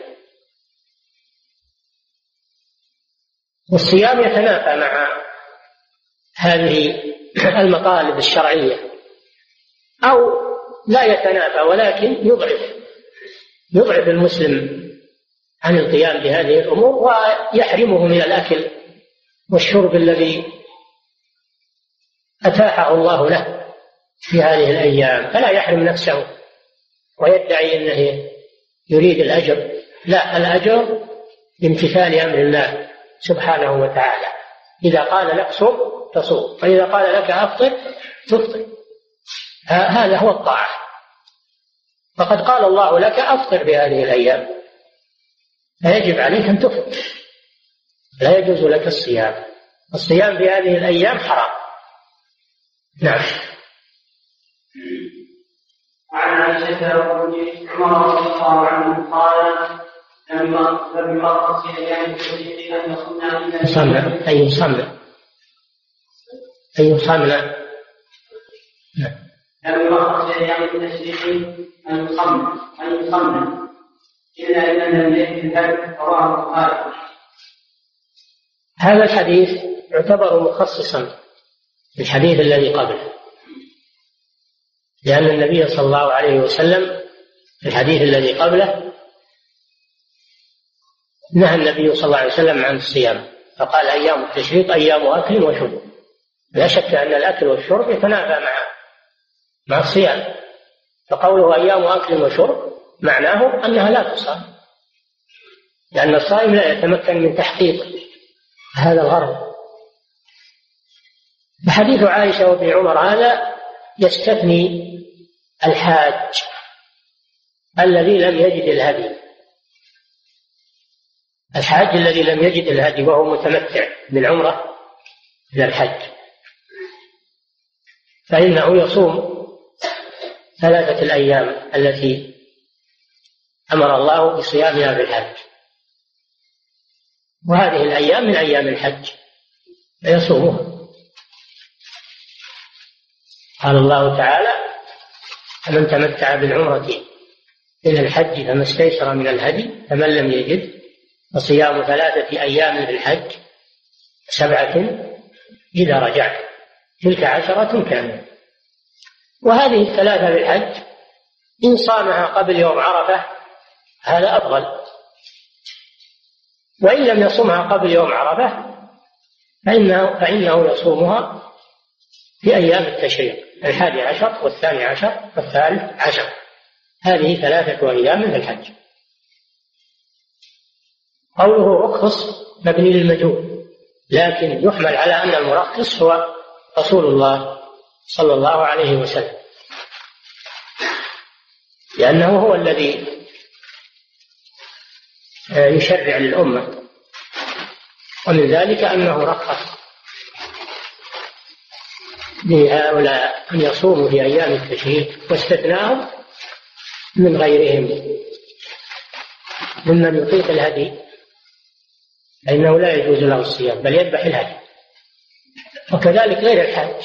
والصيام يتنافى مع هذه المطالب الشرعية، أو لا يتنافى ولكن يضعف المسلم عن القيام بهذه الأمور، ويحرمه من الأكل والشرب الذي أتاحه الله له في هذه الأيام، فلا يحرم نفسه ويدعي أنه يريد الأجر. لا، الأجر بامتثال أمر الله سبحانه وتعالى. إذا قال لك صم تصوم، وإذا قال لك أفطر تفطر، هذا هو الطاعة. فقد قال الله لك أفطر بهذه الأيام، فيجب عليك أن تفطر، لا يجوز لك الصيام في هذه الأيام حرام. نعم. عن عائشة عمر رضي الله عنه قال: لما قصد أيام التشريق أن يصمنا أي صمنا لم يرخص لأيام التشريق أن يصمم إلا إذا لم يكن ذلك رواه البخاري. هذا الحديث يعتبر مخصصا بالحديث الذي قبله، لأن النبي صلى الله عليه وسلم في الحديث الذي قبله نهى النبي صلى الله عليه وسلم عن الصيام، فقال أيام التشريق أيام أكل وشرب. لا شك أن الأكل والشرب يتنافى مع الصيام، فقوله أيام أكل وشرب معناه أنها لا تصام، لأن الصائم لا يتمكن من تحقيق هذا الغرض. فحديث عائشة وابن عمر هذا يستثني الحاج الذي لم يجد الهدي، الحاج الذي لم يجد الهدي وهو متمتع بالعمرة إلى الحج، فإنه يصوم 3 الأيام التي أمر الله بصيامها في الحج، وهذه الأيام من أيام الحج فيصومها. قال الله تعالى: فمن تمتع بالعمرة إلى الحج فما استيسر من الهدي فمن لم يجد فصيام 3 أيام في الحج 7 إذا رجعت تلك 10 كاملة. وهذه 3 في الحج إن صامها قبل يوم عرفة هذا أفضل، وإن لم يصومها قبل يوم عرفة فإنه يصومها في أيام التشريق 11 و12 و13. هذه 3 أيام في الحج. قوله رخص مبني للمجهول، لكن يحمل على أن المرخص هو رسول الله صلى الله عليه وسلم، لأنه هو الذي يشرع للأمة، ومن ذلك أنه رخص لهؤلاء أن يصوموا في أيام التشريق واستثناهم من غيرهم ممن يطيق الهدي، فإنه لا يجوز له الصيام بل يذبح الهدي. وكذلك غير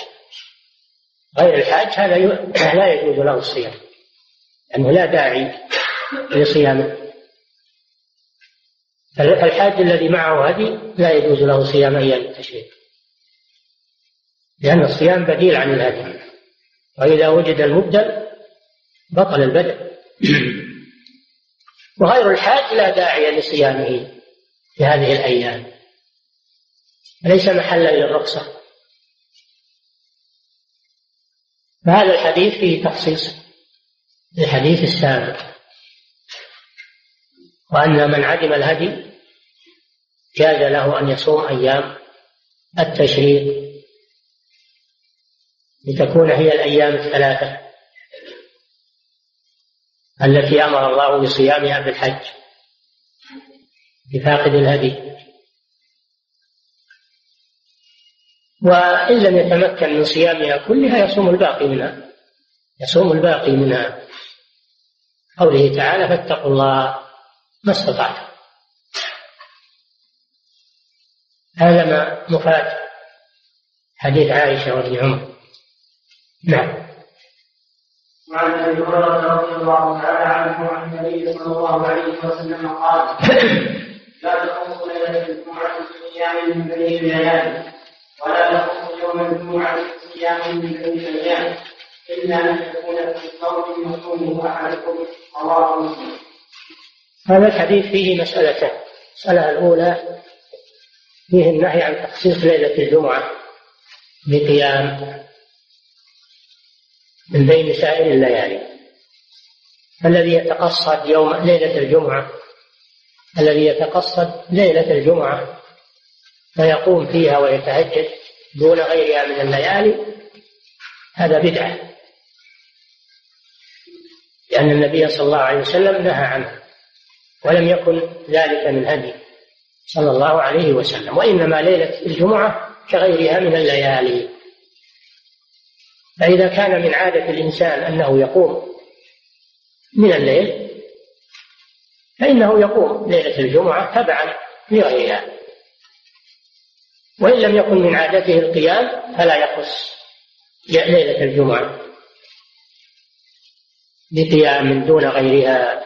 الحاج هذا لا يجوز له الصيام لأنه لا داعي لصيامه. الحاج الذي معه هدي لا يجوز له صيام أيام التشريق، لأن الصيام بديل عن الهدي، وإذا وجد المبدل بطل البدل. وغير الحاج لا داعي لصيامه في هذه الأيام، ليس محلا للرخصة. فهذا الحديث فيه تخصيص للحديث السابق، وأن من عدم الهدي جاز له أن يصوم أيام التشريق لتكون هي الأيام 3 التي أمر الله بصيامها في الحج لفاقد الهدي. وإن لم يتمكن من صيامها كلها يصوم الباقي منها قوله تعالى: فاتقوا الله ما استطعتم. هذا ما مفاد حديث عائشة وابن عمر. نعم. وعن ابي هريره رضي الله تعالى عنه عن النبي صلى الله عليه وسلم قال: لا تخص ليله الجمعه بصيام من بين الليالي، ولا تخص يوم الجمعه بصيام من بين الايام، الا ان يكون في صوم يصومه احدكم. رواه مسلم. هذا الحديث فيه مسألتان. المسألة الأولى فيه النهي عن تخصيص ليلة الجمعة بقيام من بين سائر الليالي. الذي يتقصد ليلة الجمعة فيقوم فيها ويتهجد دون غيرها من الليالي هذا بدعة، لأن النبي صلى الله عليه وسلم نهى عنه، ولم يكن ذلك من هدي صلى الله عليه وسلم. وإنما ليلة الجمعة كغيرها من الليالي. فإذا كان من عادة الإنسان أنه يقوم من الليل فإنه يقوم ليلة الجمعة تبعا لغيرها، وإن لم يكن من عادته القيام فلا يقص ليلة الجمعة بقيام دون غيرها.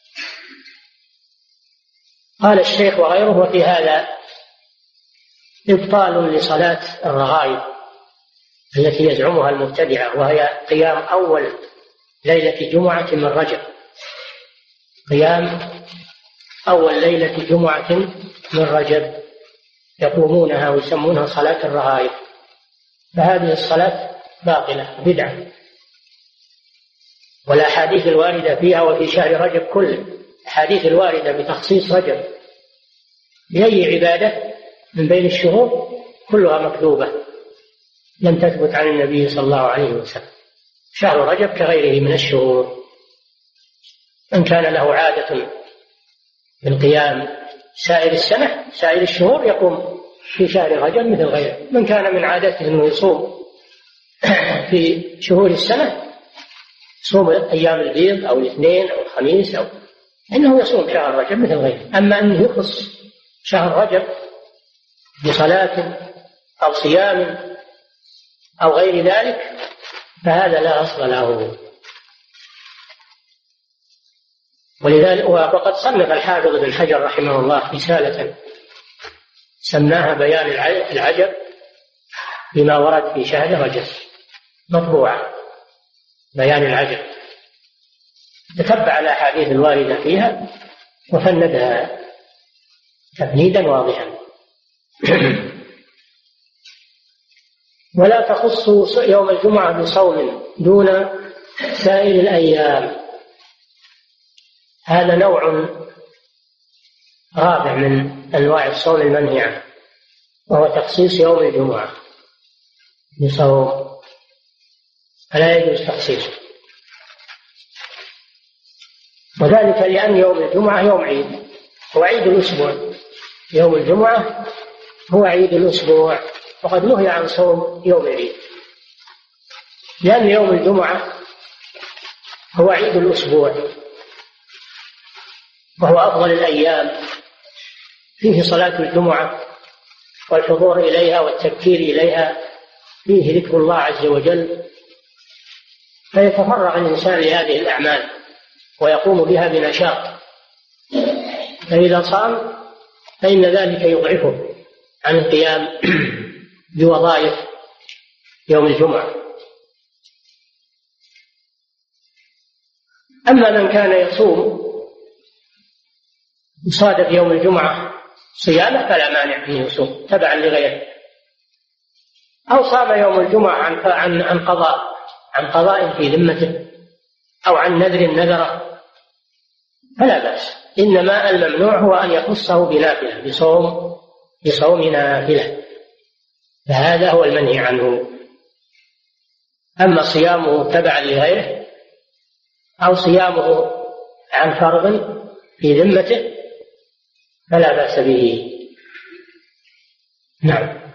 قال الشيخ وغيره: وفي هذا إبطال لصلاة الرغائب التي يزعمها المبتدعة، وهي قيام أول ليلة جمعة من رجب، قيام أول ليلة جمعة من رجب يقومونها ويسمونها صلاة الرغائب، فهذه الصلاة باطلة بدعة. والأحاديث الواردة فيها وفي شهر رجب كله، الأحاديث الواردة بتخصيص رجب بأي عبادة من بين الشهور كلها مكذوبة، لم تثبت عن النبي صلى الله عليه وسلم. شهر رجب كغيره من الشهور، من كان له عادة بالقيام سائر السنة سائر الشهور يقوم في شهر رجب مثل غيره. من كان من عادته أنه يصوم في شهور السنة، يصوم أيام البيض أو الاثنين أو الخميس، أو إنه يصوم شهر رجب مثل غيره. أما أنه يخص شهر رجب بصلاة أو صيام أو غير ذلك فهذا لا أصل له. ولذلك وقد صنف الحافظ بن حجر رحمه الله رسالة سماها بيان العجب بما ورد في شهر رجب، مطبوعة، بيان العجب، تتبع الأحاديث الواردة فيها وفندها تفنيدا واضحا. ولا تخص يوم الجمعة بصوم دون سائر الأيام، هذا نوع رابع من أنواع الصوم المنهي عنه، وهو تخصيص يوم الجمعة بصوم، فلا يجوز تخصيصه، وذلك لأن يوم الجمعة يوم عيد، هو عيد الأسبوع. يوم الجمعة هو عيد الأسبوع، وقد نهي عن صوم يوم العيد، لأن يوم الجمعة هو عيد الأسبوع، وهو أفضل الأيام، فيه صلاة الجمعة والحضور إليها والتبكير إليها، فيه ذكر الله عز وجل، فيتفرغ الإنسان لهذه الأعمال ويقوم بها بنشاط. فإذا صام فإن ذلك يضعفه عن القيام بوظائف يوم الجمعة. أما من كان يصوم يصادف يوم الجمعة صيامه فلا مانع أن يصوم تبعا لغيره، أو صام يوم الجمعة عن قضاء في ذمته أو عن نذر نذره فلا بأس، إنما الممنوع هو أن يخصه بنافلة، بصوم نافلة، فهذا هو المنهي عنه. أما صيامه تبعا لغيره أو صيامه عن فرض في ذمته فلا بأس به. نعم.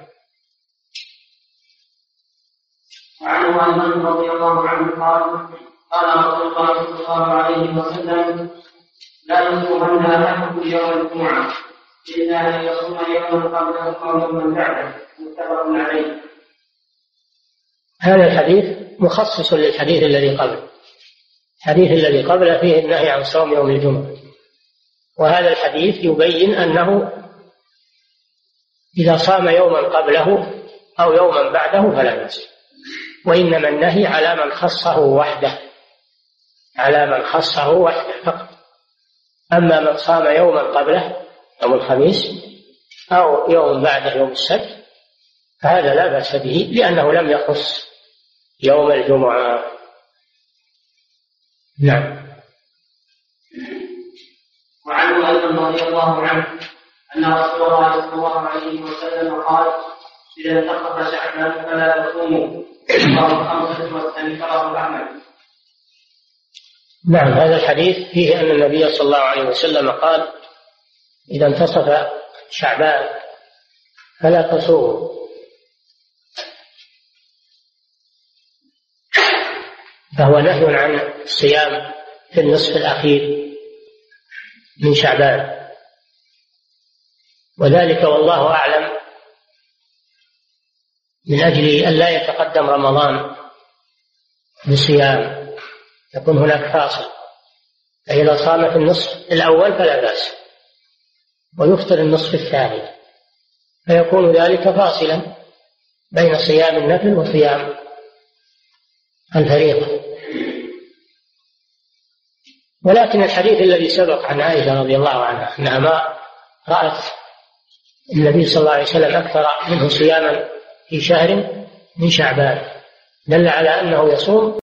وعنه أيضا رضي الله عنه قال رسول الله صلى الله عليه وسلم: لا يصومن أحدكم يوم الجمعة إلا أن يصوم يوما قبله أو يوما بعده، متفق عليه. هذا الحديث مخصص للحديث الذي قبله، الحديث الذي قبله فيه النهي عن صوم يوم الجمعة، وهذا الحديث يبين أنه إذا صام يوما قبله أو يوما بعده فلا بأس، وإنما النهي على من خصه وحده، على من خصه وحده فقط. أما من صام يوما قبله يوم الخميس أو يوم بعده يوم السبت فهذا لا بأس به، لأنه لم يخص يوم الجمعة. نعم. وعنه أيضا رضي الله عنه أن رسول الله صلى الله عليه وسلم قال: إذا انتصف شعبان فلا تصوموا، رواه الخمسة واستنكره أحمد. نعم، هذا الحديث فيه أن النبي صلى الله عليه وسلم قال: إذا انتصف شعبان فلا تصوموا، فهو نهي عن الصيام في النصف الأخير من شعبان، وذلك والله أعلم من أجل أن لا يتقدم رمضان بصيام، يكون هناك فاصل. فإذا صام في النصف الأول فلا بأس، ويفطر النصف الثاني، فيكون ذلك فاصلا بين صيام النفل وصيام الفريضة. ولكن الحديث الذي سبق عن عائشة رضي الله عنها أنها ما رأت النبي صلى الله عليه وسلم أكثر منه صياما في شهر من شعبان، دل على أنه يصوم